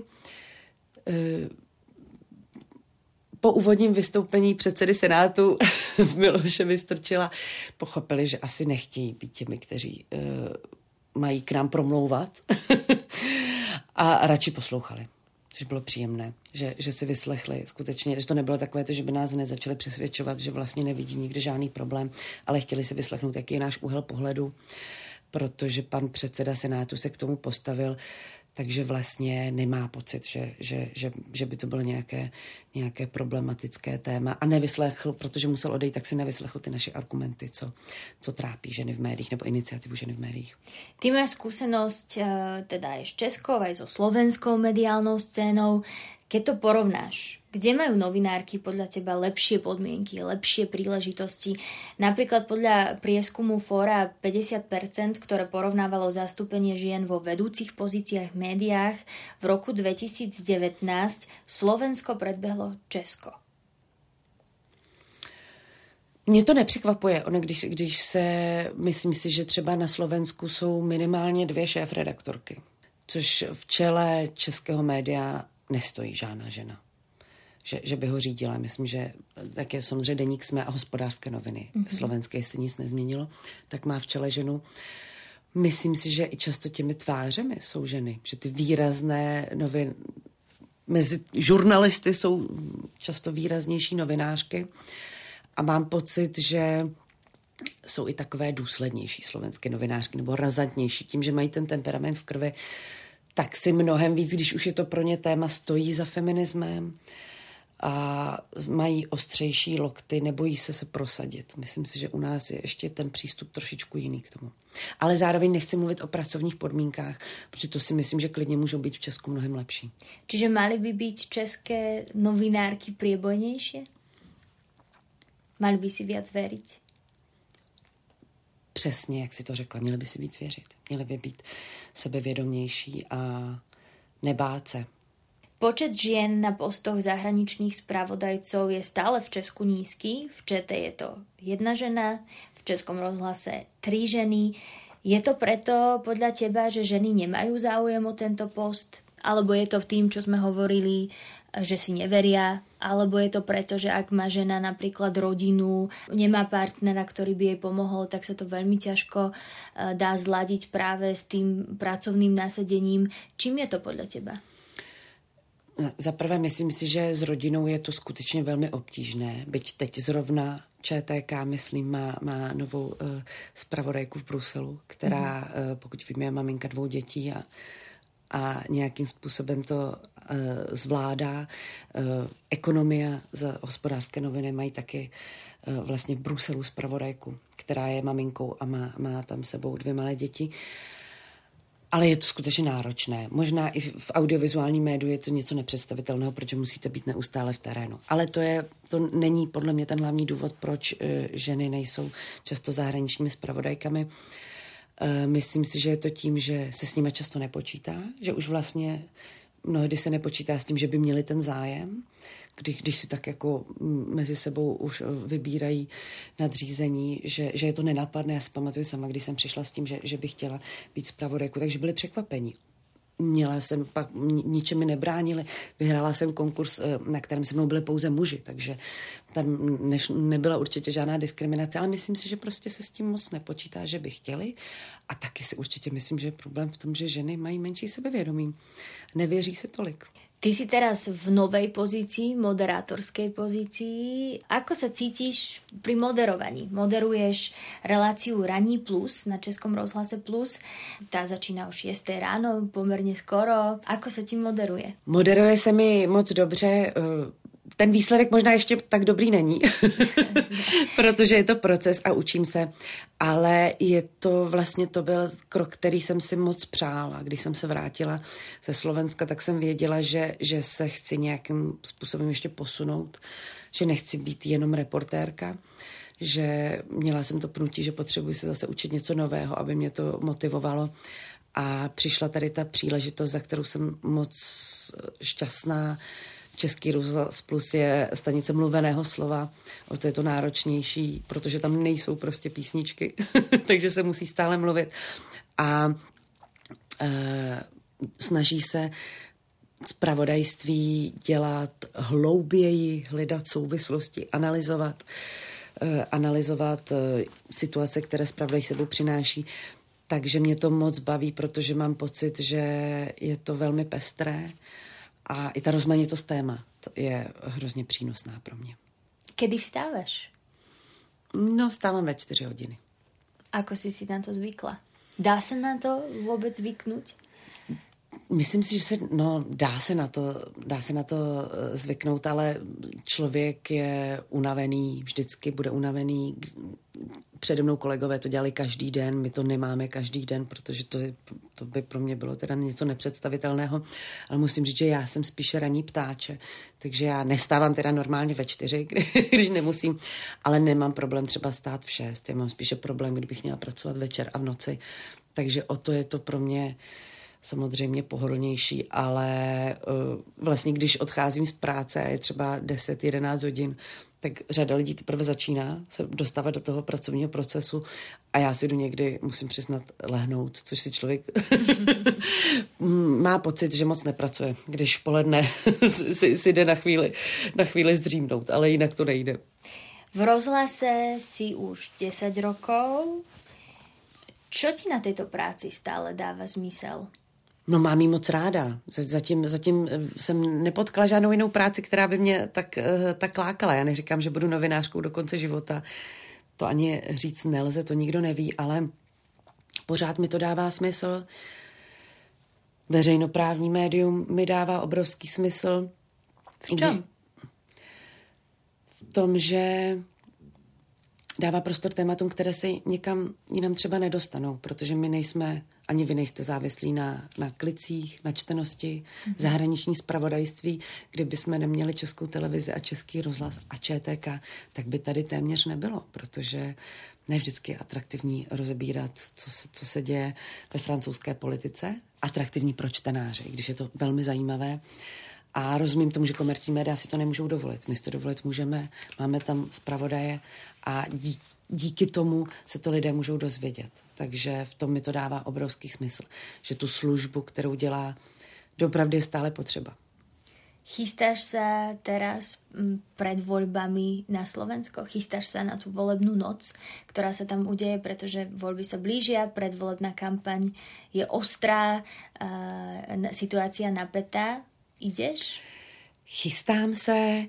po úvodním vystoupení předsedy Senátu Miloše Vystrčila pochopili, že asi nechtějí být těmi, kteří mají k nám promlouvat a radši poslouchali. Což bylo příjemné, že, že si vyslechli skutečně, že to nebylo takové, to, že by nás hned začali přesvědčovat, že vlastně nevidí nikde žádný problém, ale chtěli si vyslechnout, jaký je náš úhel pohledu, protože pan předseda Senátu se k tomu postavil, takže vlastně nemá pocit, že, že, že, že by to bylo nějaké, nějaké problematické téma a nevyslechl, protože musel odejít, tak si nevyslechl ty naše argumenty, co, co trápí ženy v médiích nebo iniciativu ženy v médiích. Ty máš skúsenosť teda aj s českou, aj so slovenskou mediálnou scénou. Keď to porovnáš, kde majú novinárky podľa teba lepšie podmienky, lepšie príležitosti? Napríklad podľa prieskumu Fóra päťdesiat percent, ktoré porovnávalo zastúpenie žien vo vedúcich pozíciách v médiách, v roku dvetisícdevätnásť Slovensko predbehlo Česko. Mě to nepřekvapuje, ono, když, když se, myslím si, že třeba na Slovensku jsou minimálně dvě šéfredaktorky, což v čele českého média nestojí žádná žena, že, že by ho řídila. Myslím, že tak je samozřejmě Deník Sme a Hospodářské noviny. Mm-hmm. Slovenské se nic nezměnilo, tak má v čele ženu. Myslím si, že i často těmi tvářemi jsou ženy, že ty výrazné noviny, mezi žurnalisty jsou často výraznější novinářky a mám pocit, že jsou i takové důslednější slovenské novinářky nebo razantnější, tím, že mají ten temperament v krvi, tak si mnohem víc, když už je to pro ně téma, stojí za feminismem a mají ostřejší lokty, nebojí se se prosadit. Myslím si, že u nás je ještě ten přístup trošičku jiný k tomu. Ale zároveň nechci mluvit o pracovních podmínkách, protože to si myslím, že klidně můžou být v Česku mnohem lepší. Čiže mali by být české novinárky priebojnější? Mali by si viac veriť? Přesně, jak si to řekla, měli by si víc věřit. Měli by být sebevědomější a nebát se. Počet žien na postoch zahraničných spravodajcov je stále v Česku nízky. V ČT je to jedna žena, v Českom rozhlase tri ženy. Je to preto podľa teba, že ženy nemajú záujem o tento post? Alebo je to tým, čo sme hovorili, že si neveria? Alebo je to preto, že ak má žena napríklad rodinu, nemá partnera, ktorý by jej pomohol, tak sa to veľmi ťažko dá zladiť práve s tým pracovným nasadením. Čím je to podľa teba? Za prvé myslím si, že s rodinou je to skutečně velmi obtížné. Byť teď zrovna ČTK, myslím, má, má novou uh, zpravodajku v Bruselu, která, mm. uh, pokud vím, je maminka dvou dětí a, a nějakým způsobem to uh, zvládá. Uh, ekonomia za Hospodářské noviny mají taky uh, vlastně v Bruselu zpravodajku, která je maminkou a má, má tam sebou dvě malé děti. Ale je to skutečně náročné. Možná i v audiovizuálním médiu je to něco nepředstavitelného, protože musíte být neustále v terénu. Ale to, je, to není podle mě ten hlavní důvod, proč uh, ženy nejsou často zahraničními zpravodajkami. Uh, myslím si, že je to tím, že se s nimi často nepočítá, že už vlastně mnohdy se nepočítá s tím, že by měli ten zájem, když, když si tak jako mezi sebou už vybírají nadřízení, že, že je to nenapadne. Já si pamatuju sama, když jsem přišla s tím, že, že bych chtěla být zpravodajku, takže byli překvapení. Měla jsem pak, ničem mi nebránili, vyhrála jsem konkurs, na kterém se mnou byli pouze muži, takže tam ne, nebyla určitě žádná diskriminace, ale myslím si, že prostě se s tím moc nepočítá, že by chtěli a taky si určitě myslím, že je problém v tom, že ženy mají menší sebevědomí. Nevěří se tolik. Ty si teraz v novej pozícii, moderátorskej pozícii. Ako sa cítiš pri moderovaní? Moderuješ reláciu Ranní plus na Českom rozhlase Plus. Tá začína o šiestej ráno, pomerne skoro. Ako sa ti moderuje? Moderuje se mi moc dobře. ten výsledek možná ještě tak dobrý není, protože je to proces a učím se, ale je to vlastně, to byl krok, který jsem si moc přála. Když jsem se vrátila ze Slovenska, tak jsem věděla, že, že se chci nějakým způsobem ještě posunout, že nechci být jenom reportérka, že měla jsem to pnutí, že potřebuji se zase učit něco nového, aby mě to motivovalo. A přišla tady ta příležitost, za kterou jsem moc šťastná. Český rozhlas plus je stanice mluveného slova. O to je to náročnější, protože tam nejsou prostě písničky, takže se musí stále mluvit. A e, snaží se zpravodajství dělat hlouběji, hledat souvislosti, analyzovat, e, analyzovat e, situace, které zpravodaj sebou přináší. Takže mě to moc baví, protože mám pocit, že je to velmi pestré a i ta rozmanitost témat je hrozně přínosná pro mě. Kedy vstávaš? No, vstávám ve čtyři hodiny. Ako si si na to zvykla? Dá se na to vůbec zvyknout? Myslím si, že se, no, dá se na to, dá se na to zvyknout, ale člověk je unavený, vždycky bude unavený. Přede mnou kolegové to dělali každý den, my to nemáme každý den, protože to, je, to by pro mě bylo teda něco nepředstavitelného, ale musím říct, že já jsem spíše ranní ptáče, takže já nestávám teda normálně ve čtyři, když nemusím, ale nemám problém třeba stát v šest, já mám spíše problém, kdybych měla pracovat večer a v noci, takže o to je to pro mě samozřejmě pohodlnější, ale uh, vlastně když odcházím z práce a je třeba deset jedenáct hodin, tak řada lidí teprve začíná se dostávat do toho pracovního procesu a já si jdu někdy, musím přiznat, lehnout, což si člověk má pocit, že moc nepracuje, když v poledne si, si jde na chvíli, na chvíli zdřímnout, ale jinak to nejde. V rozhlase si už desať rokov. Čo ti na této práci stále dává zmysel? No, mám jí moc ráda. Zatím, zatím jsem nepotkala žádnou jinou práci, která by mě tak, tak lákala. Já neříkám, že budu novinářkou do konce života. To ani říct nelze, to nikdo neví, ale pořád mi to dává smysl. Veřejnoprávní médium mi dává obrovský smysl. V čem? V tom, že dává prostor tématům, které se někam jinam třeba nedostanou, protože my nejsme, ani vy nejste závislí na, na klicích, na čtenosti, mm-hmm. zahraniční zpravodajství. Kdyby jsme neměli Českou televizi a Český rozhlas a ČTK, tak by tady téměř nebylo, protože ne vždycky je atraktivní rozebírat, co se, co se děje ve francouzské politice. Atraktivní pro čtenáře, když je to velmi zajímavé. A rozumím tomu, že komerční média si to nemůžou dovolit. My si to dovolit můžeme, máme tam zpravodaje a dí, díky tomu se to lidé můžou dozvědět. Takže v tom mi to dává obrovský smysl, že tu službu, kterou dělá, doopravdy je stále potřeba. Chystáš sa teraz pred voľbami na Slovensko? Chystáš sa na tú volebnú noc, ktorá sa tam udeje, pretože voľby sa blížia, predvolebná kampaň je ostrá, situácia napätá. Jdeš? Chystám se,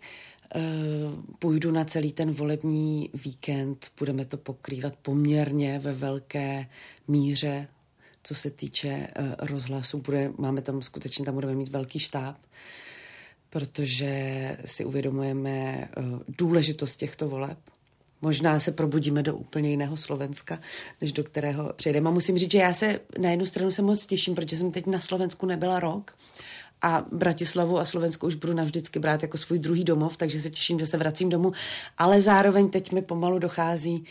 půjdu na celý ten volební víkend, budeme to pokrývat poměrně ve velké míře, co se týče rozhlasu. Bude, máme tam skutečně, tam budeme mít velký štáb, protože si uvědomujeme důležitost těchto voleb. Možná se probudíme do úplně jiného Slovenska, než do kterého přejdeme. A musím říct, že já se na jednu stranu se moc těším, protože jsem teď na Slovensku nebyla rok a Bratislavu a Slovensko už budu navždycky brát jako svůj druhý domov, takže se těším, že se vracím domů, ale zároveň teď mi pomalu dochází,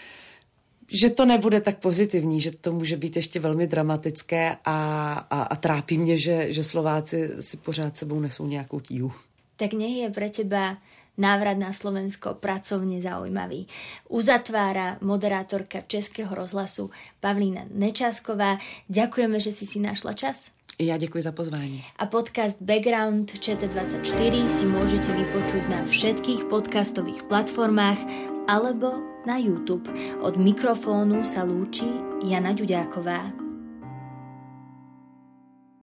že to nebude tak pozitivní, že to může být ještě velmi dramatické a, a, a trápí mě, že, že Slováci si pořád sebou nesou nějakou tíhu. Tak nech je pre teba návrat na Slovensko pracovne zaujímavý. Uzatvára moderátorka Českého rozhlasu Pavlína Nečásková. Ďakujeme, že si si našla čas. Ja děkuji za pozvání. A podcast Background Č T dvadsaťštyri si môžete vypočuť na všetkých podcastových platformách alebo na YouTube. Od mikrofónu sa lúči Jana Ďuďáková.